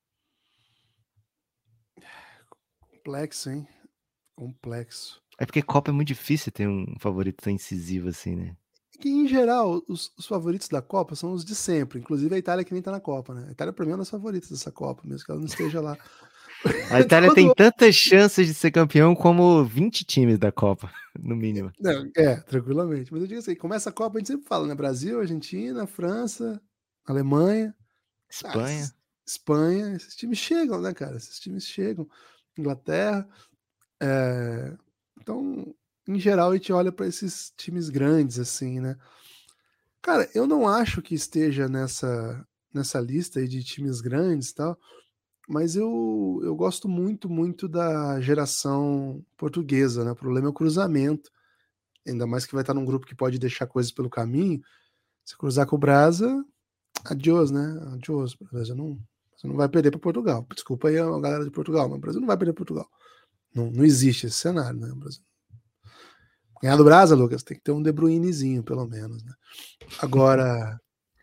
Complexo, hein? Complexo. É porque Copa é muito difícil ter um favorito tão incisivo assim, né? Que, em geral, os, os favoritos da Copa são os de sempre. Inclusive a Itália que nem tá na Copa, né? A Itália, pra mim, é uma das favoritas dessa Copa, mesmo que ela não esteja lá. A Itália Todo tem ano. tantas chances de ser campeão como vinte times da Copa, no mínimo. Não, é, tranquilamente. Mas eu digo assim, começa a Copa, a gente sempre fala, né? Brasil, Argentina, França, Alemanha, ah, Espanha. esses- Espanha, esses times chegam, né, cara? Esses times chegam. Inglaterra. é, Então, em geral, a gente olha para esses times grandes, assim, né? Cara, eu não acho que esteja nessa, nessa lista aí de times grandes e tal, mas eu, eu gosto muito, muito da geração portuguesa, né? O problema é o cruzamento. Ainda mais que vai estar num grupo que pode deixar coisas pelo caminho. Se cruzar com o Brasa, adiós, né? Adiós. O Brasil não, você não vai perder para Portugal. Desculpa aí a galera de Portugal, mas o Brasil não vai perder para Portugal. Não, não existe esse cenário, né? O Brasil. Ganhar do Brasa, Lucas, tem que ter um De Bruynezinho, pelo menos, né? Agora,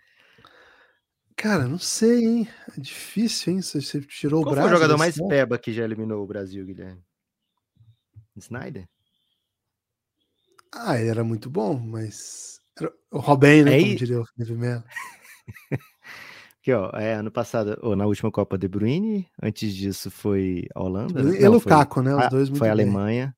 cara, não sei, hein? É difícil, hein? Você, você tirou o Qual foi o Brasa jogador desse mais ano? peba que já eliminou o Brasil, Guilherme? Snyder? Ah, ele era muito bom, mas. Era o Robin, né? Como Aí, diria o Felipe Melo. aqui, ó, é, ano passado, ou na última Copa De Bruyne, antes disso foi a Holanda, né? E Não, foi Lukaku, né? Os a, dois foi a muito bem. Alemanha.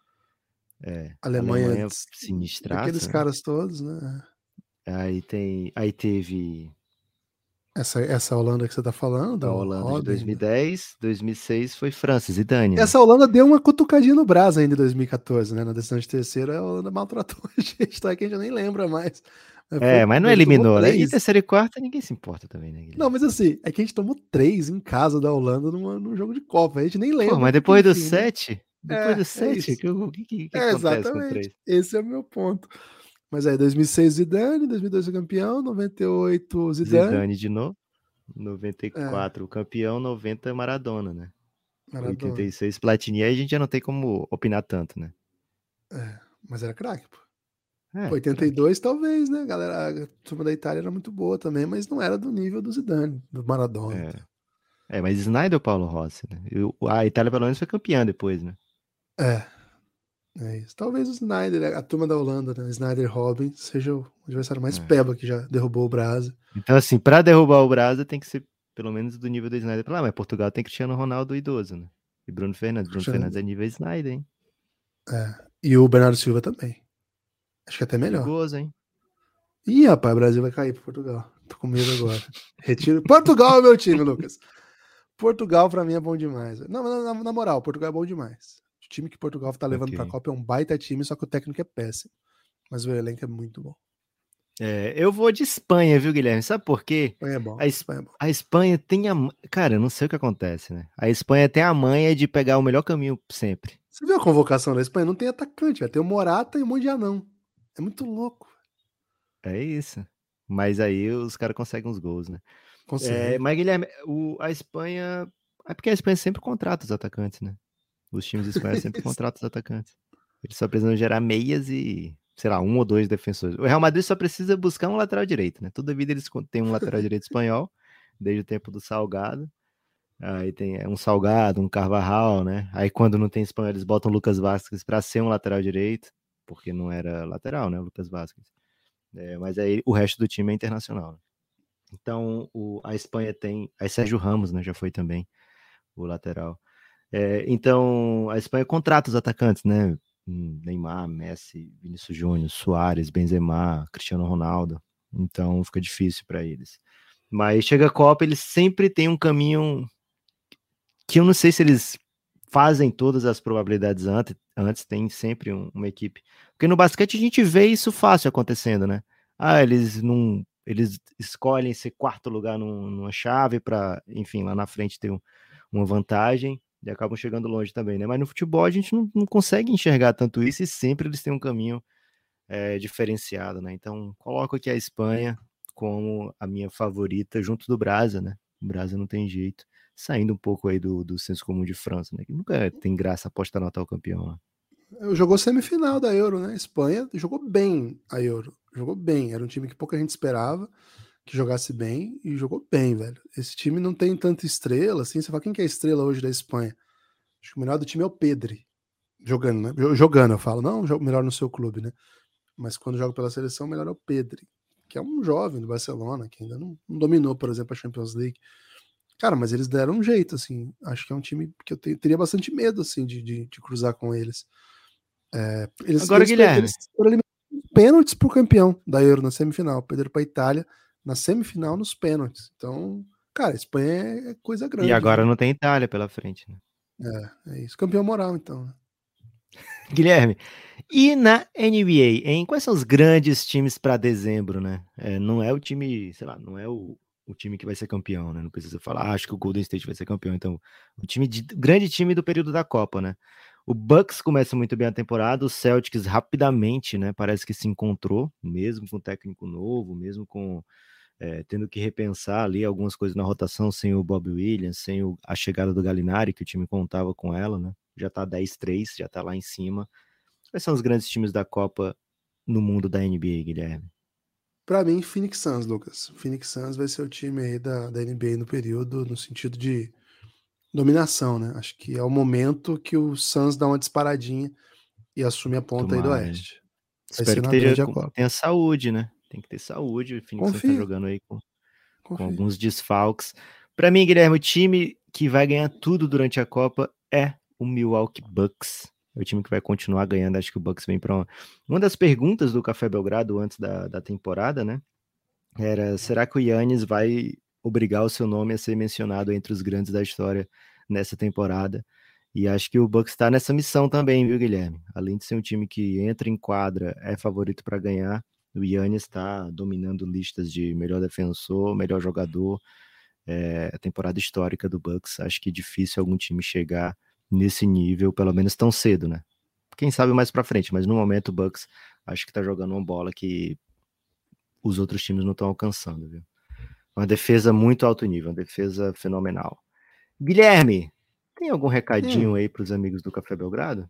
É, a Alemanha Alemanha daqueles sinistraça, né? caras todos, né? Aí tem, aí teve Essa, essa Holanda que você tá falando, a o Holanda de Robin. Né? dois mil e dez, dois mil e seis foi França, Zidane, né? Essa Holanda deu uma cutucadinha no Brasa ainda em dois mil e quatorze, né? Na decisão de terceiro, a Holanda maltratou a gente, tá? Que a gente nem lembra mais. Mas foi, É, mas não a gente tomou eliminou, né? E três. terceira e quarta ninguém se importa também, né, Não, Guilherme? mas assim, é que a gente tomou três em casa da Holanda numa, num jogo de Copa. A gente nem Pô, lembra mas porque, depois do enfim, né? sete, depois É, do é sete, isso. que- o que, que, que É, acontece com exatamente. três? Esse é o meu ponto. Mas aí, dois mil e seis Zidane, dois mil e dois o campeão, noventa e oito Zidane. Zidane de novo, É, noventa e quatro o campeão, noventa Maradona, né? oitenta Maradona. e seis Platini, aí a gente já não tem como opinar tanto, né? É, mas era craque, pô. É, craque. oitenta e dois talvez, né, galera? A turma da Itália era muito boa também, mas não era do nível do Zidane, do Maradona. É. É, mas Snyder ou Paulo Rossi, né? Eu- a Itália pelo menos foi campeã depois, né? É, é isso. Talvez o Snyder, a turma da Holanda, né? Snyder Robin, seja o adversário mais É. peba que já derrubou o Brasa. Então, assim, pra derrubar o Brasa tem que ser pelo menos do nível do Snyder. Lá, mas Portugal tem Cristiano Ronaldo idoso, né? E Bruno Fernandes. Bruno Fernandes é nível Snyder, hein? É. E o Bernardo Silva também. Acho que até melhor. Perigoso, hein? Ih, rapaz, o Brasil vai cair pro Portugal. Tô com medo agora. Retiro. Portugal é meu time, Lucas. Portugal pra mim é bom demais. Não, na, na moral, Portugal é bom demais. O time que Portugal tá levando pra Ok. Copa é um baita time, só que o técnico é péssimo. Mas o elenco é muito bom. É, eu vou de Espanha, viu, Guilherme? Sabe por quê? Espanha é bom. A, Es- Espanha é bom. a Espanha tem a. Cara, eu não sei o que acontece, né? A Espanha tem a manha de pegar o melhor caminho sempre. Você viu a convocação da Espanha? Não tem atacante, velho. Tem o Morata e um monte de anão. É muito louco. É isso. Mas aí os caras conseguem uns gols, né? É, Consegue. mas, Guilherme, o, a Espanha. É porque a Espanha sempre contrata os atacantes, né? Os times espanhóis sempre contratam os atacantes. Eles só precisam gerar meias e, sei lá, um ou dois defensores. O Real Madrid só precisa buscar um lateral direito, né? Toda vida eles têm um lateral direito espanhol, desde o tempo do Salgado. Aí tem um Salgado, um Carvajal, né? Aí quando não tem espanhol, eles botam o Lucas Vázquez para ser um lateral direito, porque não era lateral, né? O Lucas Vázquez. É, mas aí o resto do time é internacional. Né? Então o, a Espanha tem. Aí Sérgio Ramos, né? Já foi também o lateral. É, então, a Espanha contrata os atacantes, né? Neymar, Messi, Vinícius Júnior, Suárez, Benzema, Cristiano Ronaldo. Então, fica difícil para eles. Mas chega a Copa, eles sempre têm um caminho que eu não sei se eles fazem todas as probabilidades antes, antes tem sempre um, uma equipe. Porque no basquete a gente vê isso fácil acontecendo, né? Ah, eles não... Eles escolhem ser quarto lugar num, numa chave para, enfim, lá na frente ter um, uma vantagem e acabam chegando longe também, né? Mas no futebol a gente não, não consegue enxergar tanto isso e sempre eles têm um caminho é, diferenciado, né? Então, coloco aqui a Espanha como a minha favorita, junto do Brasa, né? O Brasa não tem jeito. Saindo um pouco aí do, do senso comum de França, né? Que nunca tem graça apostar no atual campeão, né? Jogou semifinal da Euro, né? Espanha jogou bem a Euro. Jogou bem. Era um time que pouca gente esperava que jogasse bem e jogou bem, velho. Esse time não tem tanta estrela, assim. Você fala, quem que é a estrela hoje da Espanha? Acho que o melhor do time é o Pedri. Jogando, né? Jogando, eu falo. Não o melhor no seu clube, né? Mas quando joga pela seleção, o melhor é o Pedri. Que é um jovem do Barcelona, que ainda não, não dominou, por exemplo, a Champions League. Cara, mas eles deram um jeito, assim. Acho que é um time que eu te- teria bastante medo, assim, de, de, de cruzar com eles. É, eles, Agora, eles, per- Guilherme, eles foram eliminados nos pênaltis pro campeão da Euro na semifinal. Perderam pra Itália na semifinal nos pênaltis. Então, cara, a Espanha é é coisa e grande, agora viu? não tem Itália pela frente, né? É, é isso. Campeão moral, então. Né? Guilherme, e na N B A, hein? Quais são os grandes times para dezembro, né? É, não é o time, sei lá, não é o, o time que vai ser campeão, né? Não precisa falar, ah, acho que o Golden State vai ser campeão. Então, o time de, grande time do período da Copa, né? O Bucks começa muito bem a temporada, o Celtics rapidamente, né? Parece que se encontrou, mesmo com técnico novo, mesmo com é, tendo que repensar ali algumas coisas na rotação, sem o Bob Williams, sem o, a chegada do Gallinari, que o time contava com ela, né? Já tá dez a três, já tá lá em cima. Quais são os grandes times da Copa no mundo da N B A, Guilherme? Pra mim, Phoenix Suns, Lucas. Phoenix Suns vai ser o time aí da, da N B A no período, no sentido de dominação, né? Acho que é o momento que o Suns dá uma disparadinha e assume a ponta aí do Tomara, hein? Oeste. Vai ser Espero que na esteja, grande a com- Copa. tenha saúde, né? Tem que ter saúde. O Phoenix Suns tá Confia, jogando aí com, com confia. alguns desfalques. Para mim, Guilherme, o time que vai ganhar tudo durante a Copa é o Milwaukee Bucks. É o time que vai continuar ganhando. Acho que o Bucks vem para uma... uma das perguntas do Café Belgrado antes da, da temporada, né? Era, será que o Yannis vai obrigar o seu nome a ser mencionado entre os grandes da história nessa temporada? E acho que o Bucks está nessa missão também, viu, Guilherme? Além de ser um time que entra em quadra, é favorito para ganhar, o Yannis está dominando listas de melhor defensor, melhor jogador. É a temporada histórica do Bucks. Acho que é difícil algum time chegar nesse nível, pelo menos tão cedo, né? Quem sabe mais para frente, mas no momento o Bucks acho que está jogando uma bola que os outros times não estão alcançando, viu? Uma defesa muito alto nível, uma defesa fenomenal. Guilherme, tem algum Hum, recadinho aí para os amigos do Café Belgrado?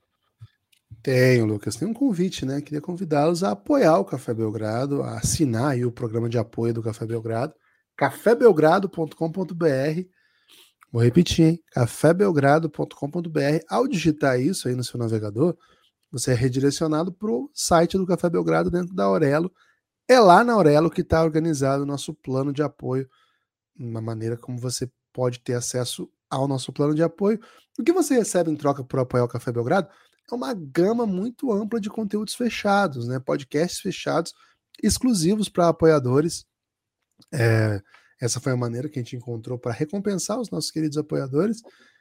tenho, Lucas. Tem um convite, né? Queria convidá-los a apoiar o Café Belgrado, a assinar aí o programa de apoio do Café Belgrado, café belgrado ponto com ponto b r. Vou repetir, hein? café belgrado ponto com ponto b r. Ao digitar isso aí no seu navegador, você é redirecionado para o site do Café Belgrado dentro da Aurelo. É lá na Aurelo que está organizado o nosso plano de apoio, uma maneira como você pode ter acesso ao nosso plano de apoio. O que você recebe em troca por apoiar o Café Belgrado é uma gama muito ampla de conteúdos fechados, né? Podcasts fechados, exclusivos para apoiadores. É, essa foi a maneira que a gente encontrou para recompensar os nossos queridos apoiadores,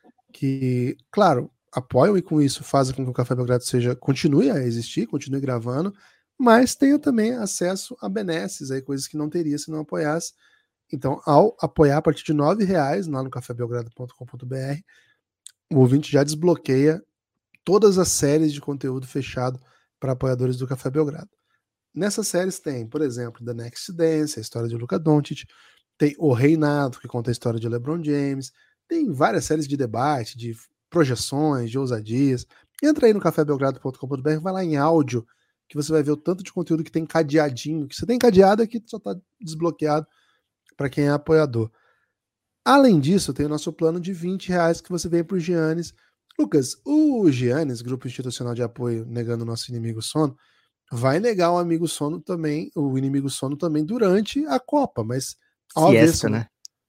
que, claro, apoiam e com isso fazem com que o Café Belgrado seja, continue a existir, continue gravando, mas tenha também acesso a benesses, aí, coisas que não teria se não apoiasse. Então, ao apoiar a partir de nove reais lá no café belgrado ponto com ponto b r, o ouvinte já desbloqueia todas as séries de conteúdo fechado para apoiadores do Café Belgrado. Nessas séries tem, por exemplo, The Next Dance, a história de Luka Doncic, tem O Reinado, que conta a história de LeBron James, tem várias séries de debate, de projeções, de ousadias. Entra aí no café belgrado ponto com ponto b r, vai lá em áudio, que você vai ver o tanto de conteúdo que tem cadeadinho, que você tem cadeado aqui, só está desbloqueado para quem é apoiador. Além disso, tem o nosso plano de vinte reais que você vem para o Giannis. Lucas, o Giannis, Grupo Institucional de Apoio Negando o Nosso Inimigo Sono, vai negar o amigo sono também, o inimigo sono também durante a Copa, mas ao Siesta, avesso, né? né?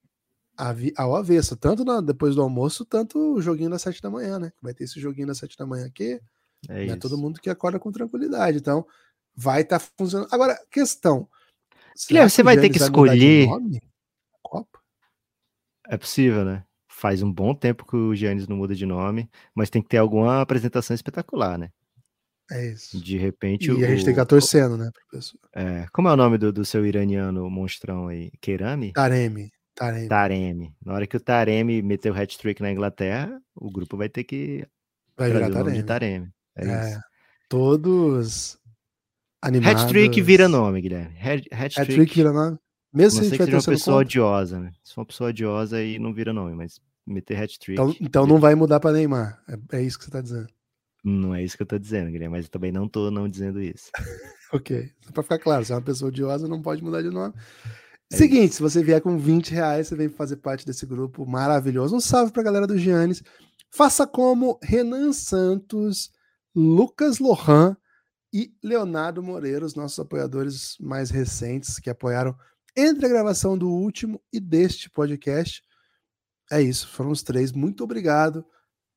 Ao avesso, tanto na, depois do almoço, tanto o joguinho das sete da manhã, né? Vai ter esse joguinho das sete da manhã aqui, É não é todo isso. mundo que acorda com tranquilidade, então vai estar tá funcionando. Agora, questão, será Guilherme, que você o vai ter que Giannis vai mudar de escolher. nome na Copa? É possível, né? Faz um bom tempo que o Giannis não muda de nome, mas tem que ter alguma apresentação espetacular, né? É isso. De repente, E a gente tem que o. estar torcendo, né, professor? É, como é o nome do, do seu iraniano monstrão aí? Kerami? Taremi, Taremi. Taremi. Na hora que o Taremi meter o hat-trick na Inglaterra, o grupo vai ter que Vai virar trazer o nome de Taremi. Taremi. É É, isso. todos Hat-trick vira animados. nome, Guilherme. Hat- Hat-trick Hat-trick, vira nome? a Mesmo se não a ser gente que vai seja uma torcendo pessoa contra? odiosa, né? Se for uma pessoa odiosa, aí não vira nome, mas meter Então, hat-trick então não vira. vai mudar para Neymar. É, é isso que você tá dizendo. Não é isso que eu tô dizendo, Guilherme, mas eu também não tô não dizendo isso. Ok. Só pra ficar claro, se é uma pessoa odiosa, não pode mudar de nome. É Seguinte, isso. se você vier com vinte reais, você vem fazer parte desse grupo maravilhoso. Um salve pra galera do Giannis. Faça como Renan Santos, Lucas Lohan e Leonardo Moreira, os nossos apoiadores mais recentes que apoiaram entre a gravação do último e deste podcast. É isso, foram os três. Muito obrigado.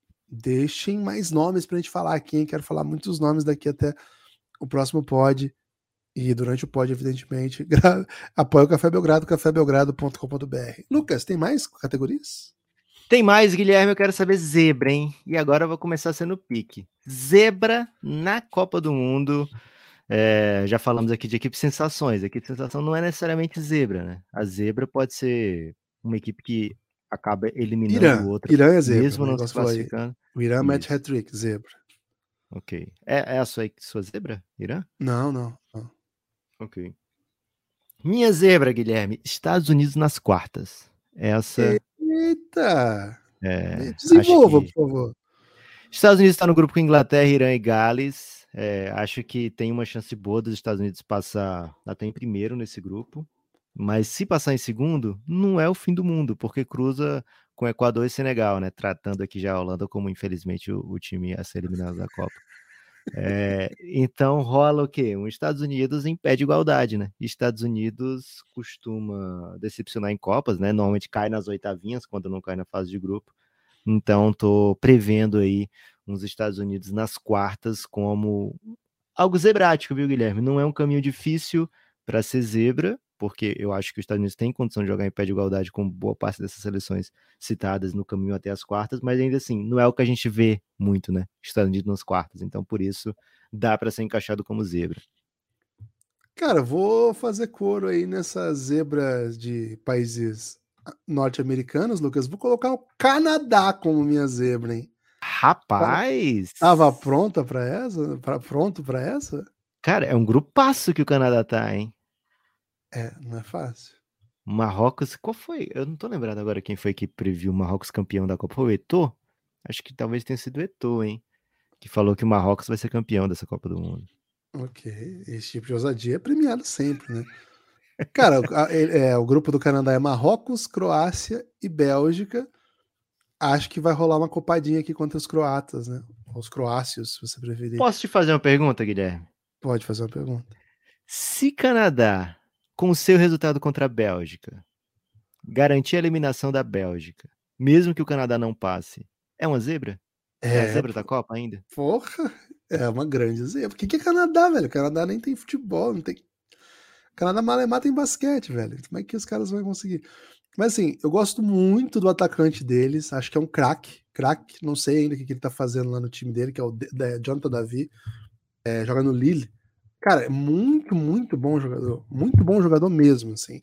Deixem mais nomes pra gente falar aqui, hein? Quero falar muitos nomes daqui até o próximo pod. E durante o pod, evidentemente, gra... apoia o Café Belgrado, café belgrado ponto com ponto b r. Lucas, tem mais categorias? Tem mais, Guilherme, eu quero saber zebra, hein? E agora eu vou começar sendo pique. Zebra na Copa do Mundo. É, já falamos aqui de equipe sensações. A equipe sensação não é necessariamente zebra, né? A zebra pode ser uma equipe que acaba eliminando Irã. outra, Irã é zebra, mesmo né? não Igual se você falou aí. classificando. O Irã mete Isso, hat-trick, zebra. ok. É, é a sua, sua zebra, Irã? Não, não, não. Ok. Minha zebra, Guilherme, Estados Unidos nas quartas. Essa, Eita! é, acho Desenvolva, por que favor. Estados Unidos está no grupo com Inglaterra, Irã e Gales. É, acho que tem uma chance boa dos Estados Unidos passar até em primeiro nesse grupo. Mas se passar em segundo, não é o fim do mundo, porque cruza com Equador e Senegal, né? Tratando aqui já a Holanda como, infelizmente, o, o time a ser eliminado da Copa. É, então rola o quê? Um Estados Unidos em pé de igualdade, né? Estados Unidos costuma decepcionar em Copas, né? Normalmente cai nas oitavinhas, quando não cai na fase de grupo. Então, tô prevendo aí uns Estados Unidos nas quartas como algo zebrático, viu, Guilherme? Não é um caminho difícil para ser zebra, porque eu acho que os Estados Unidos têm condição de jogar em pé de igualdade com boa parte dessas seleções citadas no caminho até as quartas, mas ainda assim, não é o que a gente vê muito, né? Estados Unidos nas quartas. Então, por isso, dá para ser encaixado como zebra. Cara, vou fazer coro aí nessas zebras de países norte-americanos, Lucas. Vou colocar o Canadá como minha zebra, hein? Rapaz! Tava pronta para essa? Pra, pronto para essa? Cara, é um grupaço que o Canadá tá, hein? É, não é fácil. Marrocos, qual foi? Eu não tô lembrado agora quem foi que previu o Marrocos campeão da Copa. Foi o Eto'o? Acho que talvez tenha sido o Eto'o, hein? Que falou que o Marrocos vai ser campeão dessa Copa do Mundo. Ok, esse tipo de ousadia é premiado sempre, né? Cara, a- é, o grupo do Canadá é Marrocos, Croácia e Bélgica. Acho que vai rolar uma copadinha aqui contra os croatas, né? Ou os croácios, se você preferir. Posso te fazer uma pergunta, Guilherme? Pode fazer uma pergunta. Se Canadá, com o seu resultado contra a Bélgica, garantir a eliminação da Bélgica, mesmo que o Canadá não passe, é uma zebra? É a É, zebra da Copa ainda? porra, é uma grande zebra. O que que é Canadá, velho? O Canadá nem tem futebol, não tem. Canadá Malemar tem basquete, velho. Como é que os caras vão conseguir? Mas assim, eu gosto muito do atacante deles. Acho que é um craque. Craque. Não sei ainda o que, que ele tá fazendo lá no time dele, que é o D- é, Jonathan Davi. É, joga no Lille. Cara, é muito, muito bom jogador. Muito bom jogador mesmo, assim.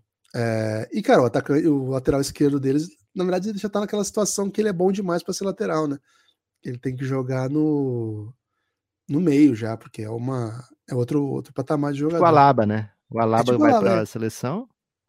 É, e, cara, o atacante, o lateral esquerdo deles, na verdade, ele já tá naquela situação que ele é bom demais para ser lateral, né? Ele tem que jogar no, no meio já, porque é uma é outro, outro patamar de Tipo o jogador. Alaba, né? O É Alaba tipo vai lá, para velho. a seleção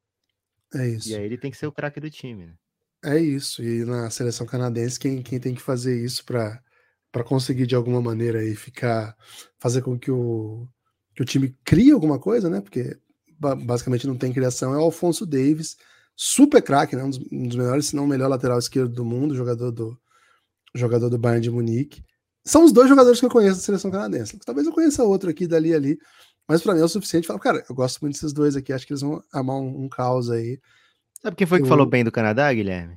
É e isso. aí ele tem que ser o craque do time, né? É isso. E na seleção canadense, quem, quem tem que fazer isso para para conseguir de alguma maneira aí ficar fazer com que o, que o time crie alguma coisa, né? Porque ba- basicamente não tem criação, é o Alfonso Davis, super craque, né? Um dos, um dos melhores, se não o melhor lateral esquerdo do mundo, jogador do jogador do Bayern de Munique. São os dois jogadores que eu conheço da seleção canadense. Talvez eu conheça outro aqui, dali e ali, mas para mim é o suficiente. Falar, cara, eu gosto muito desses dois aqui, acho que eles vão amar um, um caos aí. Sabe quem foi que falou Eu, bem do Canadá, Guilherme?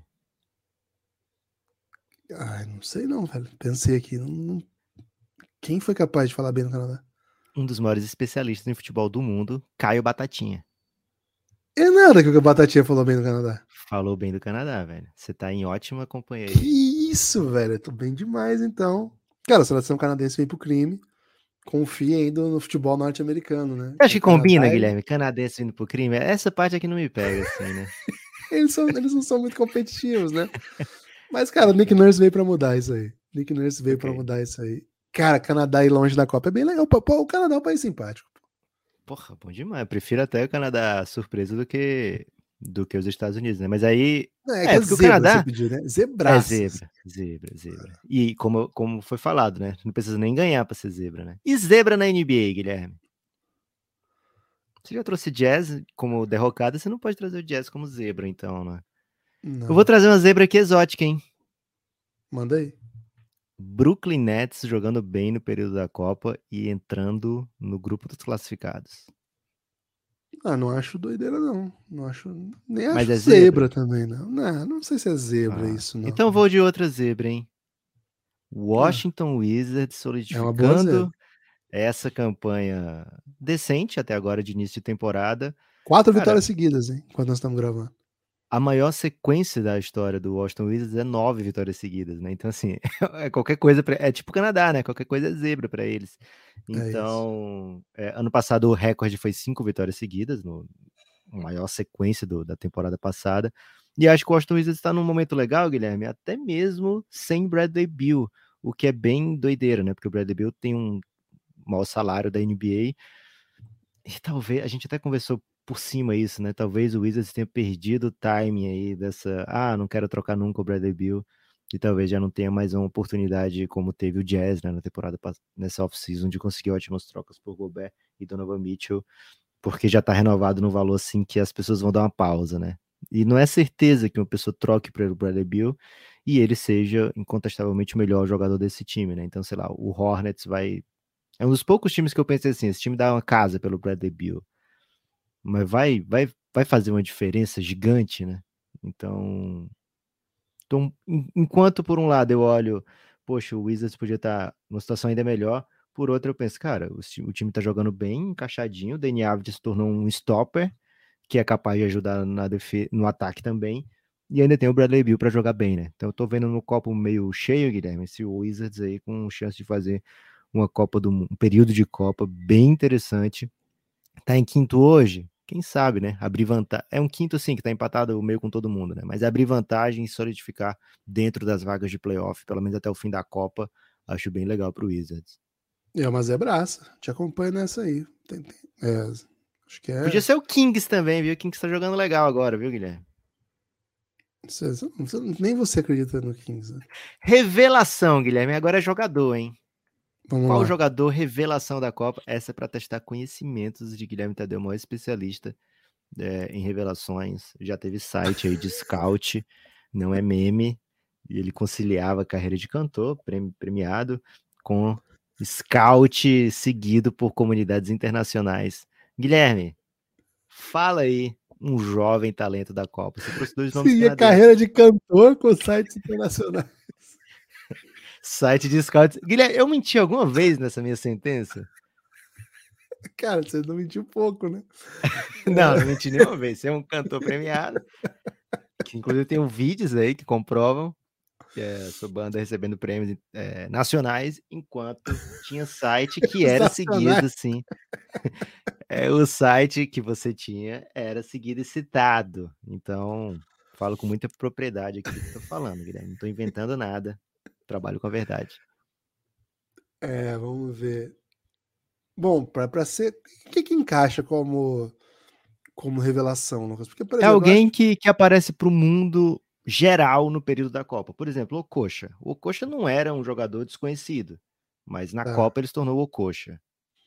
ai, não sei não, velho. Pensei aqui, não, não- quem foi capaz de falar bem no Canadá? Um dos maiores especialistas em futebol do mundo, Caio Batatinha. É nada que o Batatinha falou bem no Canadá. Falou bem do Canadá, velho. Você tá em ótima companhia Que aí. isso, velho. Eu tô bem demais, então. Cara, a seleção canadense vem pro crime. Confia ainda no futebol norte-americano, né? Você acha O que Canadá, combina, ele- Guilherme? Canadense vindo pro crime? Essa parte aqui não me pega, assim, né? eles, são, eles não são muito competitivos, né? Mas, cara, o Nick Nurse veio pra mudar isso aí. Nick Nurse veio pra Ok. mudar isso aí. Cara, Canadá ir longe da Copa é bem legal. Pô, pô, o Canadá é um país simpático. Porra, bom demais. Eu prefiro até o Canadá surpresa do que do que os Estados Unidos, né? Mas aí. Não, é que É, é porque o zebra, você Canadá pediu, né? é Zebraças. zebra, zebra, zebra. E como, como foi falado, né? Não precisa nem ganhar pra ser zebra, né? E zebra na N B A, Guilherme? Você já trouxe jazz como derrocada, você não pode trazer o jazz como zebra, então, né? Eu vou Não. trazer uma zebra aqui exótica, hein? Manda aí. Brooklyn Nets jogando bem no período da Copa e entrando no grupo dos classificados. Ah, não acho doideira, não. Não acho. Nem Mas acho é zebra, zebra? também, não. Não, não sei se é zebra Ah, isso, não. então vou de outra zebra, hein? Ah, Washington Wizards é uma boa zebra. solidificando essa campanha decente até agora de início de temporada. Quatro Cara, vitórias seguidas, hein? Enquanto nós estamos gravando. a maior sequência da história do Washington Wizards é nove vitórias seguidas, né? Então, assim, é qualquer coisa. Pra, é tipo o Canadá, né? Qualquer coisa é zebra para eles. É isso. Então, é, ano passado o recorde foi cinco vitórias seguidas, no maior sequência do, da temporada passada. E acho que o Washington Wizards está num momento legal, Guilherme, até mesmo sem Bradley Beal, o que é bem doideiro, né? Porque o Bradley Beal tem um maior salário da N B A. E talvez, a gente até conversou por cima isso, né? Talvez o Wizards tenha perdido o timing aí dessa, ah, não quero trocar nunca o Bradley Beal, e talvez já não tenha mais uma oportunidade como teve o Jazz, né, na temporada nessa off-season de conseguir ótimas trocas por Gobert e Donovan Mitchell, porque já tá renovado no valor assim que as pessoas vão dar uma pausa, né? E não é certeza que uma pessoa troque para o Bradley Beal e ele seja incontestavelmente o melhor jogador desse time, né? Então, sei lá, o Hornets vai. É um dos poucos times que eu pensei assim: esse time dá uma casa pelo Bradley Beal, mas vai, vai, vai fazer uma diferença gigante, né? Então, então, enquanto por um lado eu olho, poxa, o Wizards podia estar numa situação ainda melhor, por outro eu penso, cara, o, o time tá jogando bem, encaixadinho, o Deni Avdija se tornou um stopper, que é capaz de ajudar na defe- no ataque também, e ainda tem o Bradley Beal para jogar bem, né? Então eu tô vendo no copo meio cheio, Guilherme, esse Wizards aí com chance de fazer uma Copa do Mundo, um período de Copa bem interessante. Tá em quinto hoje, quem sabe, né? Abrir vantagem. É um quinto, assim, que tá empatado meio com todo mundo, né? Mas abrir vantagem e solidificar dentro das vagas de playoff, pelo menos até o fim da Copa, acho bem legal pro Wizards. É uma zebraça. Te acompanho nessa aí. Tem, tem, é, acho que Podia é. ser o Kings também, viu? O Kings tá jogando legal agora, viu, Guilherme? Você, você, nem você acredita no Kings, né? Revelação, Guilherme. Agora é jogador, hein? Vamos Qual o lá. jogador revelação da Copa? Essa é para testar conhecimentos de Guilherme Tadeu, o maior especialista é, em revelações. Já teve site aí de scout, não é meme. E ele conciliava a carreira de cantor, premiado, com scout seguido por comunidades internacionais. Guilherme, fala aí um jovem talento da Copa. Você trouxe dois nomes Seguia carreira canadenses. de cantor com sites internacionais. Site de scouts. Guilherme, eu menti alguma vez nessa minha sentença? Cara, você não mentiu pouco, né? Não, não menti nenhuma vez. Você é um cantor premiado, que inclusive tem um vídeos aí que comprovam que é sua banda recebendo prêmios é, nacionais, enquanto tinha site que Os era nacionais. seguido, sim. É, o site que você tinha era seguido e citado. Então, falo com muita propriedade aqui do que estou falando, Guilherme. Não estou inventando nada. Trabalho com a verdade. É, vamos ver. Bom, para ser. O que, que encaixa como, como revelação, Lucas? Porque, por É exemplo, eu acho alguém que. que, que aparece para o mundo geral no período da Copa. Por exemplo, o Okocha. O Okocha não era um jogador desconhecido, mas na Tá. Copa ele se tornou o Okocha.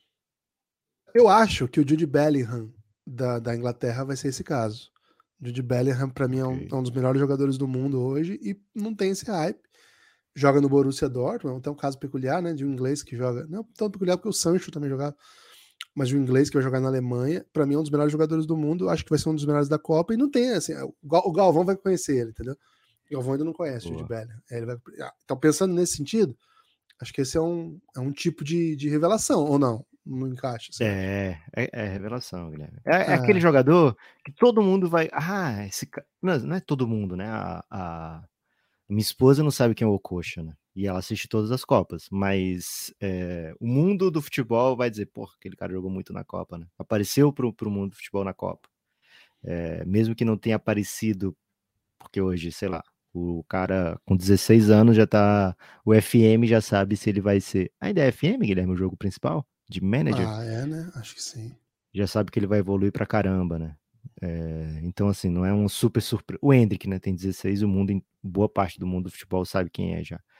Eu acho que o Jude Bellingham da, da Inglaterra vai ser esse caso. Jude Bellingham, para mim, é um, Ok. é um dos melhores jogadores do mundo hoje e não tem esse hype. Joga no Borussia Dortmund, tem um caso peculiar, né? De um inglês que joga. Não tão peculiar porque o Sancho também jogava, mas de um inglês que vai jogar na Alemanha. Para mim, é um dos melhores jogadores do mundo. Acho que vai ser um dos melhores da Copa. E não tem, assim. O Galvão vai conhecer ele, entendeu? O Galvão ainda não conhece o Jude Boa. Bellingham. Ele vai... Então, pensando nesse sentido, acho que esse é um, é um tipo de, de revelação, ou não? Não encaixa, você acha? É, é, é revelação, Guilherme. É, é aquele Ah, jogador que todo mundo vai. Ah, esse cara. Não, não é todo mundo, né? A, a... Minha esposa não sabe quem é o Okocha, né? E ela assiste todas as Copas. Mas é, o mundo do futebol vai dizer, pô, aquele cara jogou muito na Copa, né? Apareceu pro, pro mundo do futebol na Copa. É, mesmo que não tenha aparecido, porque hoje, sei lá, o cara com dezesseis anos já tá. O F M já sabe se ele vai ser. Ainda é F M, Guilherme, o jogo principal? De manager? ah, é, né? Acho que sim. Já sabe que ele vai evoluir pra caramba, né? É, então, assim, não é um super surpresa. O Hendrick, né, tem dezesseis, o mundo, em boa parte do mundo do futebol sabe quem é já.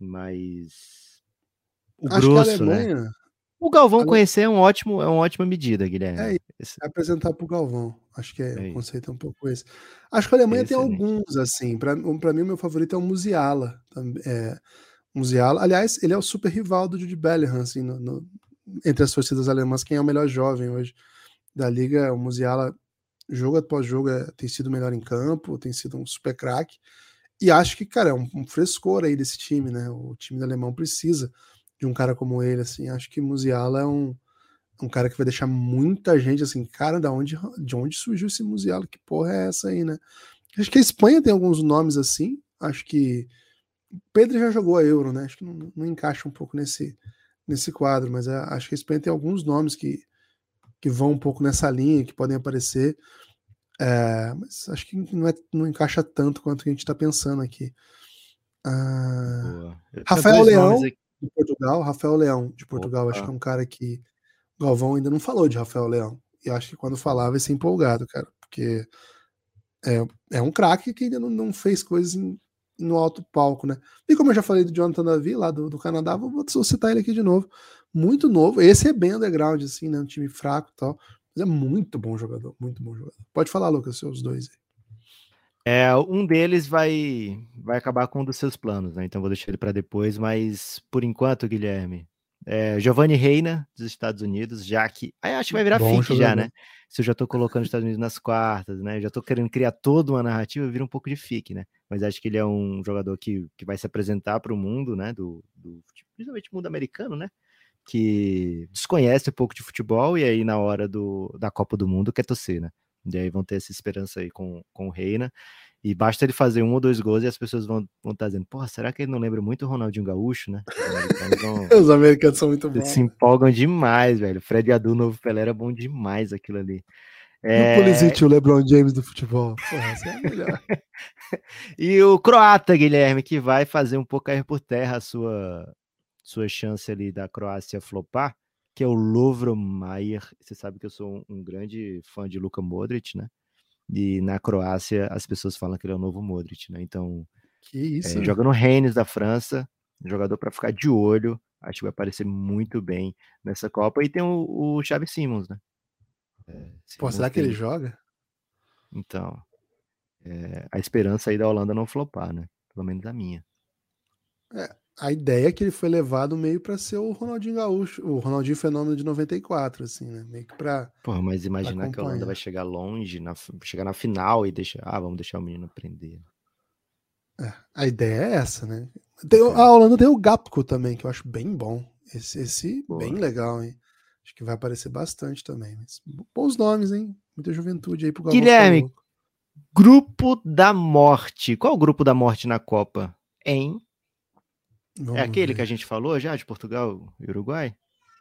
Mas o Acho que a grosso, né? Alemanha. O Galvão A Ale- conhecer é um ótimo, é uma ótima medida, É Guilherme. isso, Esse, é apresentar para o Galvão. Acho que é, o é isso. conceito é um pouco esse. Acho que a Alemanha tem Excelente. alguns, assim. Para mim, o meu favorito é o Musiala. tam- É, Musiala. Aliás, ele é o super rival do Jude Bellingham, assim, no, no- entre as torcidas alemãs, quem é o melhor jovem hoje. da liga. O Musiala, jogo após jogo, é, tem sido o melhor em campo, tem sido um super craque. E acho que, cara, é um, um frescor aí desse time, né? O time do alemão precisa de um cara como ele, assim. Acho que Musiala é um, um cara que vai deixar muita gente assim, cara, da onde, de onde surgiu esse Musiala? Que porra é essa aí, né? Acho que a Espanha tem alguns nomes assim. Acho que Pedro já jogou a Euro, né? Acho que não, não encaixa um pouco nesse, nesse quadro, mas é, acho que a Espanha tem alguns nomes que, que vão um pouco nessa linha, que podem aparecer. É, mas acho que não, é, não encaixa tanto quanto a gente está pensando aqui. Ah, Rafael Leão, de Portugal. Rafael Leão, de Portugal. Opa. Acho que é um cara que o Galvão ainda não falou de Rafael Leão. E acho que quando falar vai ser empolgado, cara. Porque é, é um craque que ainda não, não fez coisas em, no alto palco, né? E como eu já falei do Jonathan Davi, lá do, do Canadá, vou, vou citar ele aqui de novo. Muito novo. Esse é bem underground, assim, né? Um time fraco e tal. Mas é muito bom jogador, muito bom jogador. Pode falar, Lucas, seus dois aí. É, um deles vai vai acabar com um dos seus planos, né? Então vou deixar ele para depois, mas por enquanto, Guilherme, é, Giovanni Reina, dos Estados Unidos, já que... Aí acho que vai virar Bom fique já, né? jogador. Se eu já tô colocando os Estados Unidos nas quartas, né? Já tô querendo criar toda uma narrativa, vira um pouco de fique, né? Mas acho que ele é um jogador que, que vai se apresentar para o mundo, né? Do, do, principalmente o mundo americano, né? Que desconhece um pouco de futebol e aí na hora do, da Copa do Mundo quer torcer, né? E aí vão ter essa esperança aí com, com o Reina. E basta ele fazer um ou dois gols e as pessoas vão, vão estar dizendo, porra, será que ele não lembra muito o Ronaldinho Gaúcho, né? Os americanos, vão... Os americanos são muito bons. Se empolgam demais, velho. Fred Adu, novo Pelé, era bom demais aquilo ali. É... E o Pulisic, o LeBron James do futebol? Porra, essa é a melhor. E o croata, Guilherme, que vai fazer um pouco cair por terra a sua, sua chance ali da Croácia flopar, que é o Lovro Majer. Você sabe que eu sou um, um grande fã de Luka Modric, né? E na Croácia as pessoas falam que ele é o novo Modric, né? Então, que isso, é, joga no Rennes da França, um jogador para ficar de olho, acho que vai aparecer muito bem nessa Copa. E tem o, o Xavi Simons, né? É, Pô, será que tem... ele joga? Então, é, a esperança aí da Holanda não flopar, né? Pelo menos a minha. É, a ideia é que ele foi levado meio para ser o Ronaldinho Gaúcho, o Ronaldinho Fenômeno de noventa e quatro, assim, né? Meio que pra. Porra, mas imaginar que a Holanda vai chegar longe, na, chegar na final e deixar. Ah, vamos deixar o menino aprender. É, a ideia é essa, né? Tem, é. A Holanda tem o Gapco também, que eu acho bem bom. Esse, esse bem legal, hein? Acho que vai aparecer bastante também. Mas bons nomes, hein? Muita juventude aí pro Galvão. Guilherme, grupo da morte. Qual o grupo da morte na Copa? Hein? Vamos é aquele ver. Que a gente falou já, de Portugal e Uruguai?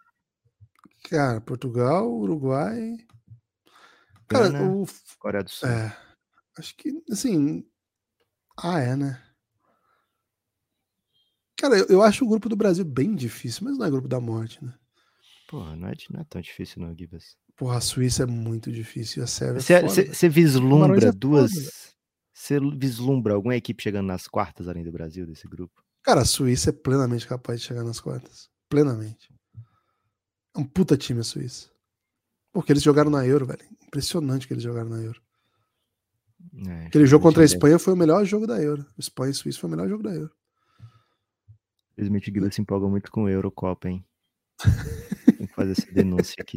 Cara, Portugal, Uruguai. Cara, Gana, o. Coreia do Sul. É, acho que, assim. Ah, é, né? Cara, eu, eu acho o grupo do Brasil bem difícil, mas não é grupo da morte, né? Porra, não é, não é tão difícil não, Gibas. Porra, a Suíça é muito difícil e a Sérvia é foda. Você vislumbra é duas... Você vislumbra alguma equipe chegando nas quartas além do Brasil desse grupo? Cara, a Suíça é plenamente capaz de chegar nas quartas. Plenamente. É um puta time a Suíça. Porque eles jogaram na Euro, velho. Impressionante que eles jogaram na Euro. É, Aquele jogo contra a Espanha foi o melhor jogo da Euro. Espanha e Suíça foi o melhor jogo da Euro. Infelizmente o Guilherme se empolga muito com o Eurocopa, hein? Tem que fazer essa denúncia aqui.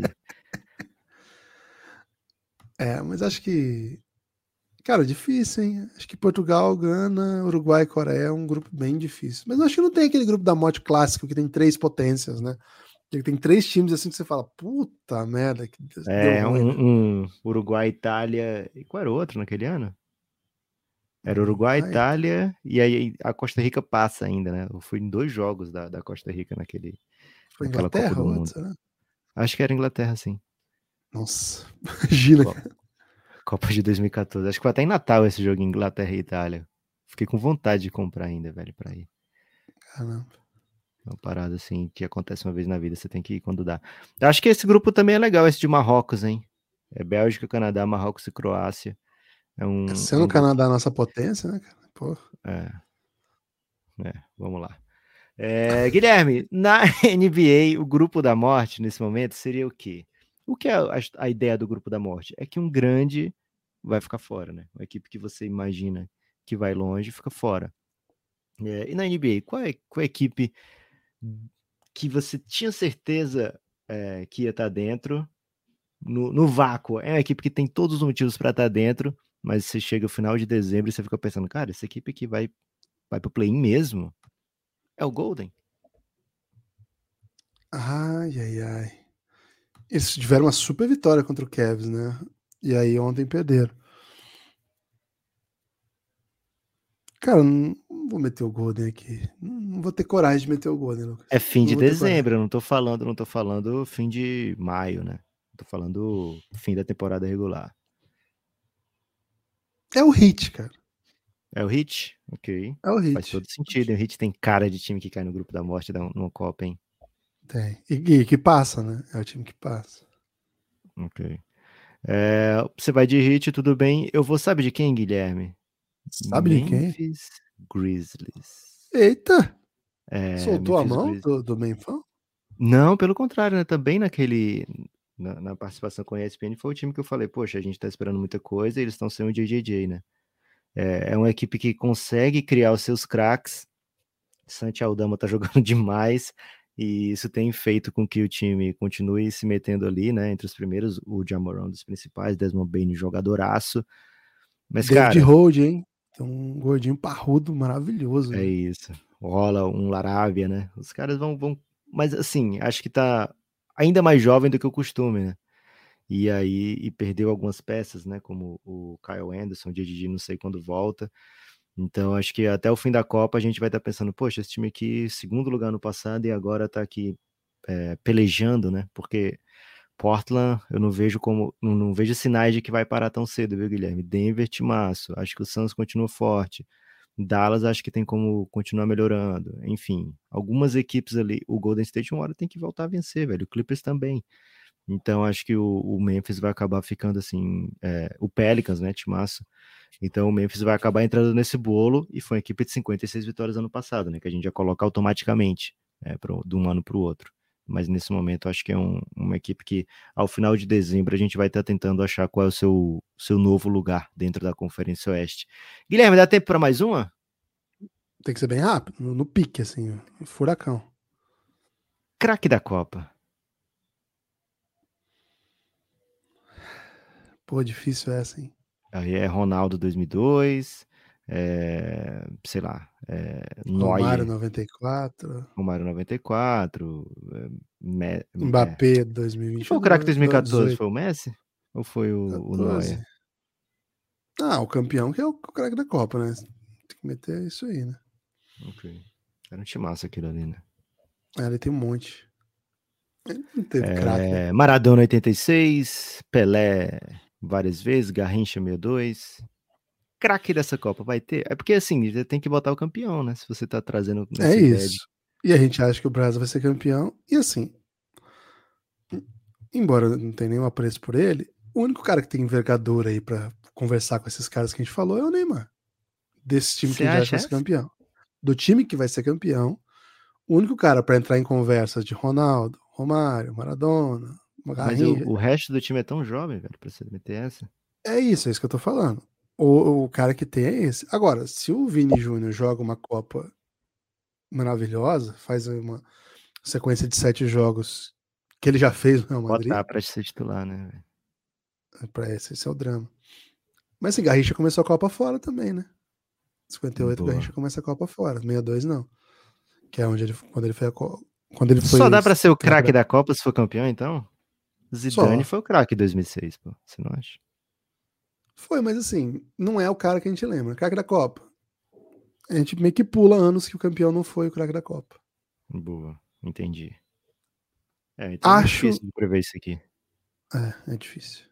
É, mas acho que... Cara, difícil, hein? Acho que Portugal, Gana, Uruguai e Coreia é um grupo bem difícil. Mas acho que não tem aquele grupo da morte clássico que tem três potências, né? Que tem três times assim que você fala, puta merda, que deu é, ruim, um, né? um Uruguai, Itália... E qual era o outro naquele ano? Era Uruguai, Uruguai, Itália, e aí a Costa Rica passa ainda, né? Eu fui em dois jogos da, da Costa Rica naquele, Foi naquela Inglaterra, Copa do Mundo. Outro, né? Acho que era Inglaterra, sim. Nossa, imagina. Copa, Copa de dois mil e quatorze. Acho que foi até em Natal esse jogo, Inglaterra e Itália. Fiquei com vontade de comprar ainda, velho, pra ir. Caramba. É uma parada assim que acontece uma vez na vida, você tem que ir quando dá. Eu acho que esse grupo também é legal, esse de Marrocos, hein? É Bélgica, Canadá, Marrocos e Croácia. É um, Sendo é um o Canadá grupo... nossa potência, né, cara? Porra. É. É, vamos lá. É, Guilherme, na N B A, o grupo da morte, nesse momento, seria o quê? O que é a, a ideia do grupo da morte? É que um grande vai ficar fora, né? Uma equipe que você imagina que vai longe fica fora. É, e na N B A, qual é, qual é a equipe que você tinha certeza é, que ia estar dentro, no, no vácuo, é uma equipe que tem todos os motivos para estar dentro, mas você chega no final de dezembro e você fica pensando, cara, essa equipe aqui vai, vai pro play-in mesmo? É o Golden? Ai, ai, ai. Eles tiveram uma super vitória contra o Cavs, né? E aí ontem perderam. Cara, não, não vou meter o Golden aqui. Não vou ter coragem de meter o Golden, Lucas. É fim Não de vou ter coragem. dezembro, eu não tô falando, não tô falando fim de maio, né? Tô falando fim da temporada regular. É o Heat, cara. É o Heat? Ok. É o Heat. Faz todo sentido. O Heat tem cara de time que cai no grupo da morte da- numa Copa, hein? Tem. E, e que passa, né? É o time que passa. Ok. É, você vai de Heat, tudo bem. Eu vou, sabe de quem, Guilherme? Sabe de quem? Memphis Grizzlies. Eita! É, Soltou a Memphis mão Grizzlies. do, do Memphis? Não, pelo contrário, né? Também naquele. Na, na participação com a E S P N foi o time que eu falei, poxa, a gente tá esperando muita coisa e eles estão sem o J J J, né? É, é uma equipe que consegue criar os seus craques. Santi Aldama tá jogando demais e isso tem feito com que o time continue se metendo ali, né? Entre os primeiros, o Ja Morant dos principais, Desmond Bane, jogadoraço. Mas, David cara, Hold, hein? Tem um gordinho parrudo maravilhoso. é Né? isso. Rola um Larábia, né? Os caras vão, vão. Mas assim, acho que tá ainda mais jovem do que o costume, né? E aí, e perdeu algumas peças, né? Como o Kyle Anderson, o J J J, não sei quando volta. Então, acho que até o fim da Copa a gente vai estar pensando, poxa, esse time aqui, segundo lugar no passado e agora tá aqui é, pelejando, né? Porque Portland, eu não vejo como, não, não vejo sinais de que vai parar tão cedo, viu, Guilherme? Denver, timaço. Acho que o Suns continua forte. Dallas, acho que tem como continuar melhorando. Enfim, algumas equipes ali, o Golden State uma hora tem que voltar a vencer, velho. O Clippers também. Então, acho que o, o Memphis vai acabar ficando assim, é, o Pelicans, né, timaço. Então, o Memphis vai acabar entrando nesse bolo e foi uma equipe de cinquenta e seis vitórias ano passado, né, que a gente já coloca automaticamente, é, pro, de um ano para o outro. Mas nesse momento, acho que é um, uma equipe que, ao final de dezembro, a gente vai estar tentando achar qual é o seu, seu novo lugar dentro da Conferência Oeste. Guilherme, dá tempo para mais uma? Tem que ser bem rápido, no, no pique, assim, furacão. Craque da Copa. Pô, difícil essa, hein? Aí é Ronaldo dois mil e dois, é, sei lá, é, Romário Neuer, noventa e quatro, Romário noventa e quatro, é, Me- é. Mbappé Quem foi o craque dois mil e vinte e dois, dois mil e quatorze? dezoito, Foi o Messi? Ou foi o, o quatorze. Neuer? Ah, o campeão que é o craque da Copa, né? Tem que meter isso aí, né? Ok. Era um timaço aquilo ali, né? Ah, ele tem um monte. Ele não teve craque, né? É, Maradona oitenta e seis, Pelé várias vezes, Garrincha sessenta e dois. Craque dessa Copa vai ter? É porque assim, você tem que botar o campeão, né? Se você tá trazendo É nessa ideia de. isso. E a gente acha que o Brasil vai ser campeão. E assim, embora não tenha nenhum apreço por ele, o único cara que tem envergadura aí pra conversar com esses caras que a gente falou é o Neymar. Desse time que Você a gente acha que acha vai ser essa? campeão. Do time que vai ser campeão, o único cara pra entrar em conversas de Ronaldo, Romário, Maradona, Mas o, Garrincha, o resto do time é tão jovem, velho, pra você meter essa. é isso, é isso que eu tô falando. O, o cara que tem é esse. Agora, se o Vini Júnior joga uma Copa maravilhosa, faz uma sequência de sete jogos que ele já fez no Real Madrid, Botar pra ser titular, né, velho? pra esse, esse é o drama. Mas esse Garrincha começou a Copa fora também, né? cinquenta e oito o Garrincha Boa. começa a Copa fora, sessenta e dois não. Que é onde ele, quando ele foi, a co- quando ele Só foi dá pra ser o craque tetra... da Copa se for campeão, então? Zidane Só. foi o craque em dois mil e seis, pô. Você não acha? Foi, mas assim, não é o cara que a gente lembra. Craque da Copa. A gente meio que pula anos que o campeão não foi o craque da Copa. Boa, entendi. É, então é muito Acho. difícil de prever isso aqui. É, é difícil.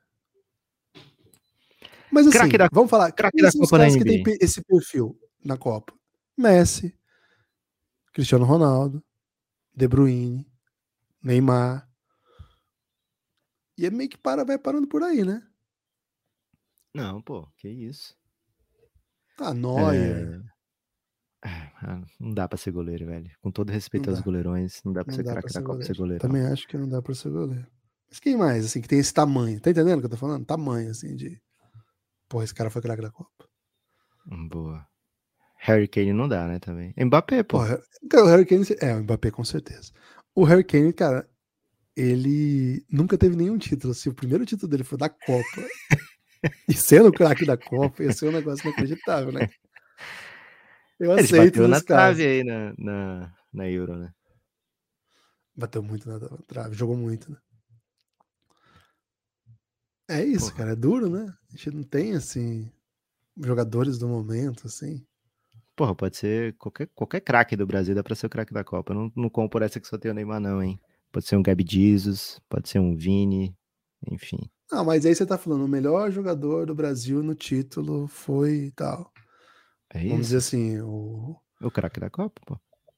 Mas Craque assim, da, vamos falar. craque Quem da são os Copa na caras que têm N B A. pe- esse perfil na Copa? Messi, Cristiano Ronaldo, De Bruyne, Neymar. E é meio que para, vai parando por aí, né? Não, pô, que isso. Ah, Neuer. É... ah, não dá pra ser goleiro, velho. Com todo Não respeito aos dá. goleirões, não dá pra Não ser dá pra craque da ser Copa ser goleiro. goleiro, não. Também acho que não dá pra ser goleiro. Mas quem mais, assim, que tem esse tamanho? Tá entendendo o que eu tô falando? Tamanho, assim, de. Porra, esse cara foi craque da Copa. Hum, Boa. Harry Kane não dá, né, também. Mbappé, pô. Porra, cara, o Harry Kane. É, o Mbappé com certeza. O Harry Kane, cara, ele nunca teve nenhum título. Se o primeiro título dele foi da Copa, e sendo o craque da Copa, ia ser um negócio inacreditável, né? Eu Ele aceito bateu na nesse caso. trave aí na, na, na Euro, né? Bateu muito na trave, jogou muito, né? É isso, Porra. cara, é duro, né? A gente não tem, assim, jogadores do momento, assim. Porra, pode ser qualquer, qualquer craque do Brasil, dá pra ser o craque da Copa. Eu não, não compro essa que só tem o Neymar, não, hein? Pode ser um Gabi Jesus, pode ser um Vini, enfim. Não, mas aí você tá falando, o melhor jogador do Brasil no título foi tal. É Vamos dizer isso? assim, o. O craque da Copa, pô.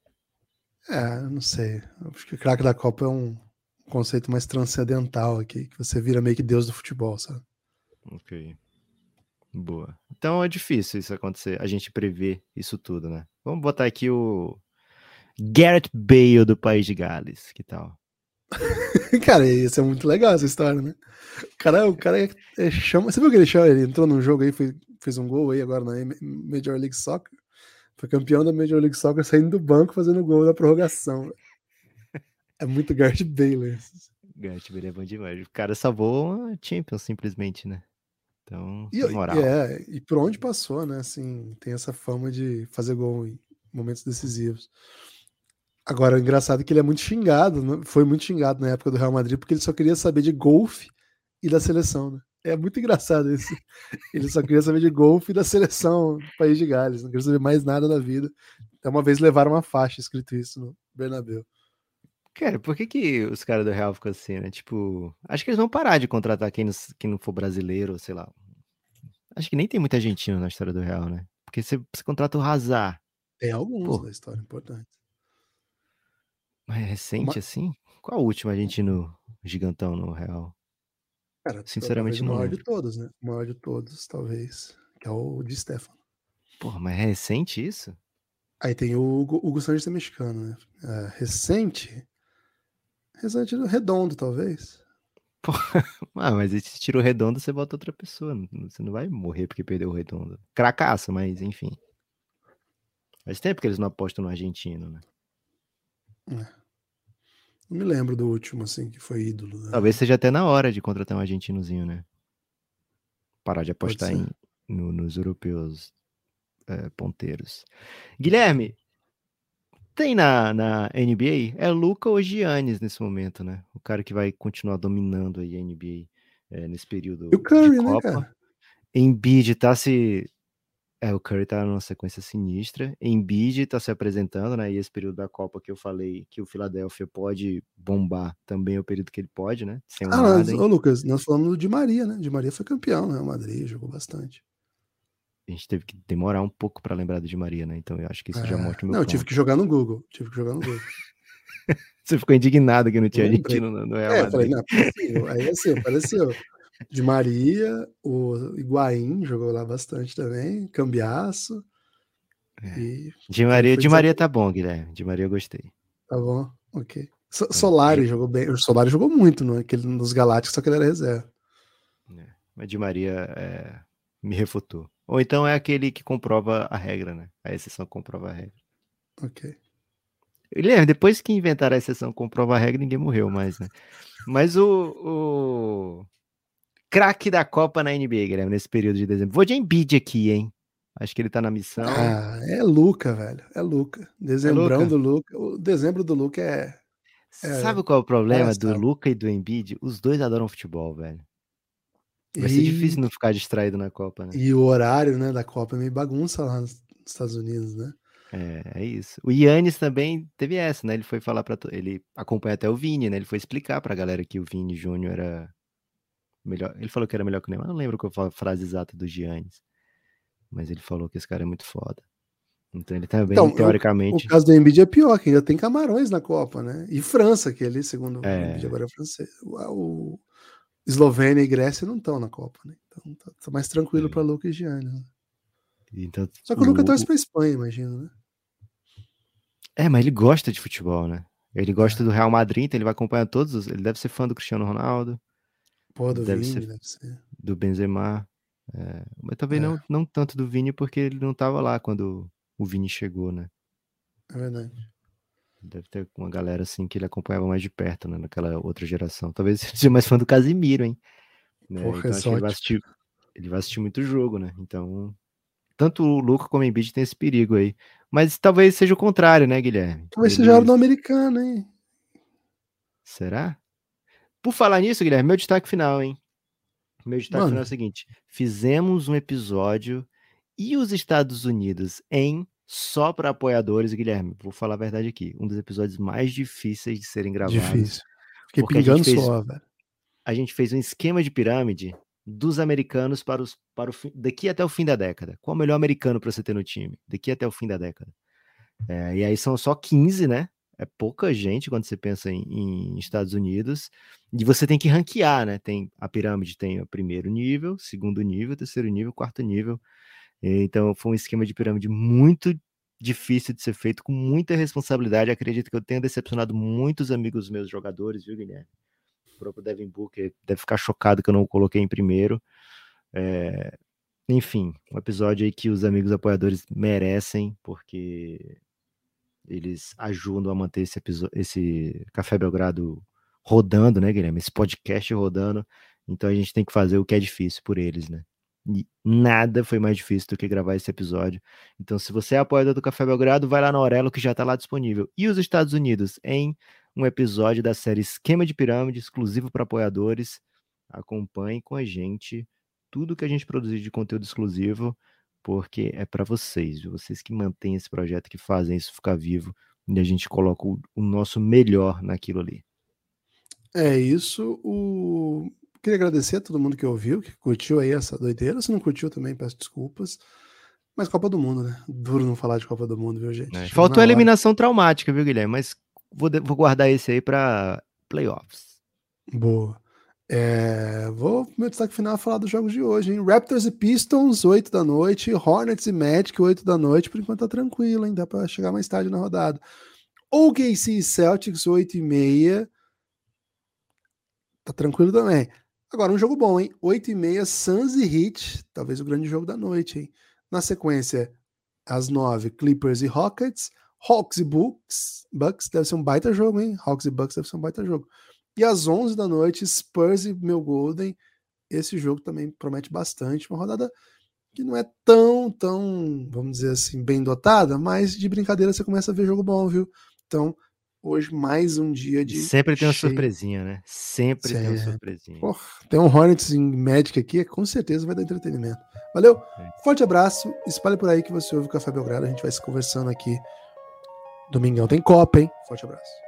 É, não sei. Acho que o craque da Copa é um conceito mais transcendental aqui, que você vira meio que Deus do futebol, sabe? Ok. Boa. Então é difícil isso acontecer, a gente prever isso tudo, né? Vamos botar aqui o Gareth Bale do País de Gales, que tal? Cara, isso é muito legal essa história, né? O cara, o cara é, é, chama. Você viu que ele chama? Ele entrou num jogo aí, foi, fez um gol aí agora na Major League Soccer. Foi campeão da Major League Soccer saindo do banco fazendo gol da prorrogação. É muito Gareth Bale isso. Gareth Bale é bom demais. O cara salvou a Champions, simplesmente, né? Então, E, tem e moral. é, e por onde passou, né? Assim, tem essa fama de fazer gol em momentos decisivos. Agora, o engraçado é que ele é muito xingado, né? Foi muito xingado na época do Real Madrid, porque ele só queria saber de golfe e da seleção, né? É muito engraçado isso. Ele só queria saber de golfe e da seleção do País de Gales, não queria saber mais nada da vida. Até uma vez levaram uma faixa escrito isso no Bernabéu. Cara, por que que os caras do Real ficam assim, né? Tipo, acho que eles vão parar de contratar quem não, quem não for brasileiro, sei lá. Acho que nem tem muita argentino na história do Real, né? Porque você, você contrata o Hazard. Tem alguns Pô, da história importante. mas é recente Uma, assim? Qual o último argentino gigantão no Real? cara, talvez Sinceramente o não maior de lembro. todos, né? O maior de todos, talvez, que é o de Stefano. Porra, mas é recente isso? Aí tem o Hugo, Hugo Sanches é mexicano, né? É, recente, recente redondo, talvez. Ah, mas se tirou o redondo, você bota outra pessoa. não- Você não vai morrer porque perdeu o redondo. Cracaço, mas enfim. Faz tempo que eles não apostam no argentino, né? É. Não me lembro do último, assim, que foi ídolo. Talvez Né? seja até na hora de contratar um argentinozinho, né? Parar de Pode apostar em, ser. no- nos europeus é, ponteiros. Guilherme, tem na, na N B A? É Luka ou Giannis nesse momento, né? O cara que vai continuar dominando aí a N B A é, nesse E o período de Curry, né, Copa. cara? Embiid tá se É, o Curry tá numa sequência sinistra. Embiid tá se apresentando, né? E esse período da Copa que eu falei que o Philadelphia pode bombar também é o período que ele pode, né? Sem o Ah, mas, Harden. ô Lucas, nós falamos do Di Maria, né? Di Maria foi campeão, né? O Madrid jogou bastante. A gente teve que demorar um pouco pra lembrar do Di Maria, né? Então eu acho que isso já É... mostra o meu Não, eu tive que ponto. jogar no Google. Tive que jogar no Google. Você ficou indignado que não Eu tinha lembrei. argentino no no Real É, eu falei, Madrid. não, é possível. Aí assim, apareceu. Di Maria, o Higuaín jogou lá bastante também, Cambiaço. É. E Di foi, Maria, foi Di Maria dezenove. tá bom, Guilherme. Di Maria eu gostei. Tá bom, ok. So- É, jo- Solari jogou bem. O Solari jogou muito no, aquele, nos Galácticos, só que ele era reserva. é. Mas Di Maria é, me refutou. Ou então é aquele que comprova a regra, né? A exceção comprova a regra. Ok. Guilherme, depois que inventaram a exceção comprova a regra, ninguém morreu mais, né? Mas o, o craque da Copa na N B A, Guilherme, nesse período de dezembro. Vou de Embiid aqui, hein? Acho que ele tá na missão. Ah, é Luca, velho. É Luca. É Dezembrão Luca? do Luca. O dezembro do Luca é, é Sabe qual é o problema do palhaçada. Luca e do Embiid? Os dois adoram futebol, velho. Vai ser E, difícil não ficar distraído na Copa, né? e o horário, né, da Copa é meio bagunça lá nos Estados Unidos, né? É, é isso. O Yannis também teve essa, né? Ele foi falar para ele acompanha até o Vini, né? Ele foi explicar pra galera que o Vini Júnior era melhor. Ele falou que era melhor que o Neymar. Não lembro qual foi a frase exata do Giannis, mas ele falou que esse cara é muito foda. Então ele também, Então, eu- o teoricamente, caso do Embiid é pior, que ainda tem Camarões na Copa, né? E França, que ele, segundo o Embiid, é, agora é francês. O, o Eslovênia e Grécia não estão na Copa, né? Então tá, tá mais tranquilo para é. Luca e Gianni. Né? Então, Só que o Luca o, torce o- pra Espanha, imagino, né? é, mas ele gosta de futebol, né? Ele gosta É. do Real Madrid, então ele vai acompanhar todos os, ele deve ser fã do Cristiano Ronaldo, Porra do deve Vini, ser deve ser. do Benzema, é, mas também É, não, não tanto do Vini, porque ele não tava lá quando o Vini chegou, né? é verdade. Deve ter uma galera assim que ele acompanhava mais de perto, né? Naquela outra geração. Talvez seja mais fã do Casimiro, hein? Né? Porra, Então acho que ele vai, assistir, ele vai assistir muito jogo, né? Então, tanto o Luka como o Embiid tem esse perigo aí. Mas talvez seja o contrário, né, Guilherme? Talvez Eles... seja no americano, hein? Será? Por falar nisso, Guilherme, meu destaque final, hein? Meu destaque Mano. final é o seguinte: fizemos um episódio e os Estados Unidos em só para apoiadores, Guilherme. Vou falar a verdade aqui, um dos episódios mais difíceis de serem gravados. Difícil. Fiquei porque pingando a gente fez, só, velho. A gente fez um esquema de pirâmide dos americanos para os para o fim, daqui até o fim da década. Qual o melhor americano para você ter no time? Daqui até o fim da década. É, e aí são só quinze, né? É pouca gente quando você pensa em, em Estados Unidos. E você tem que ranquear, né? Tem, a pirâmide tem o primeiro nível, segundo nível, terceiro nível, quarto nível. Então foi um esquema de pirâmide muito difícil de ser feito, com muita responsabilidade. Acredito que eu tenha decepcionado muitos amigos meus jogadores, viu, Guilherme? O próprio Devin Booker deve ficar chocado que eu não o coloquei em primeiro. É... Enfim, um episódio aí que os amigos apoiadores merecem, porque eles ajudam a manter esse, episódio, esse Café Belgrado rodando, né, Guilherme? Esse podcast rodando. Então a gente tem que fazer o que é difícil por eles, né? E nada foi mais difícil do que gravar esse episódio. Então, se você é apoiador do Café Belgrado, vai lá no Aurelo que já está lá disponível. E os Estados Unidos, em um episódio da série Esquema de Pirâmide, exclusivo para apoiadores. Acompanhe com a gente tudo que a gente produzir de conteúdo exclusivo, porque é para vocês, vocês que mantêm esse projeto, que fazem isso ficar vivo, e a gente coloca o, o nosso melhor naquilo ali. É isso. O... Queria agradecer a todo mundo que ouviu, que curtiu aí essa doideira. Se não curtiu também, peço desculpas. Mas Copa do Mundo, né? Duro não falar de Copa do Mundo, viu, gente? É, faltou a eliminação traumática, viu, Guilherme? Mas vou, vou guardar esse aí para playoffs. Boa. É, vou, meu destaque final, falar dos jogos de hoje, hein? Raptors e Pistons, oito da noite. Hornets e Magic, oito da noite. Por enquanto tá tranquilo, hein? Dá pra chegar mais tarde na rodada. O K C e Celtics, oito e meia. Tá tranquilo também. Agora, um jogo bom, hein? oito e meia, Suns e Heat. Talvez o grande jogo da noite, hein? Na sequência, às nove, Clippers e Rockets. Hawks e Bucks. Bucks deve ser um baita jogo, hein? Hawks e Bucks deve ser um baita jogo. E às onze da noite, Spurs e meu Golden. Esse jogo também promete bastante. Uma rodada que não é tão, tão, vamos dizer assim, bem dotada, mas de brincadeira você começa a ver jogo bom, viu? Então, hoje mais um dia de... Sempre tem uma cheio. surpresinha, né? Sempre Sempre. tem uma surpresinha. Porra, tem um Hornets em Magic aqui, com certeza vai dar entretenimento. Valeu, É. Forte abraço, espalhe por aí que você ouve o Café Belgrado, a gente vai se conversando aqui. Domingão tem Copa, hein? Forte abraço.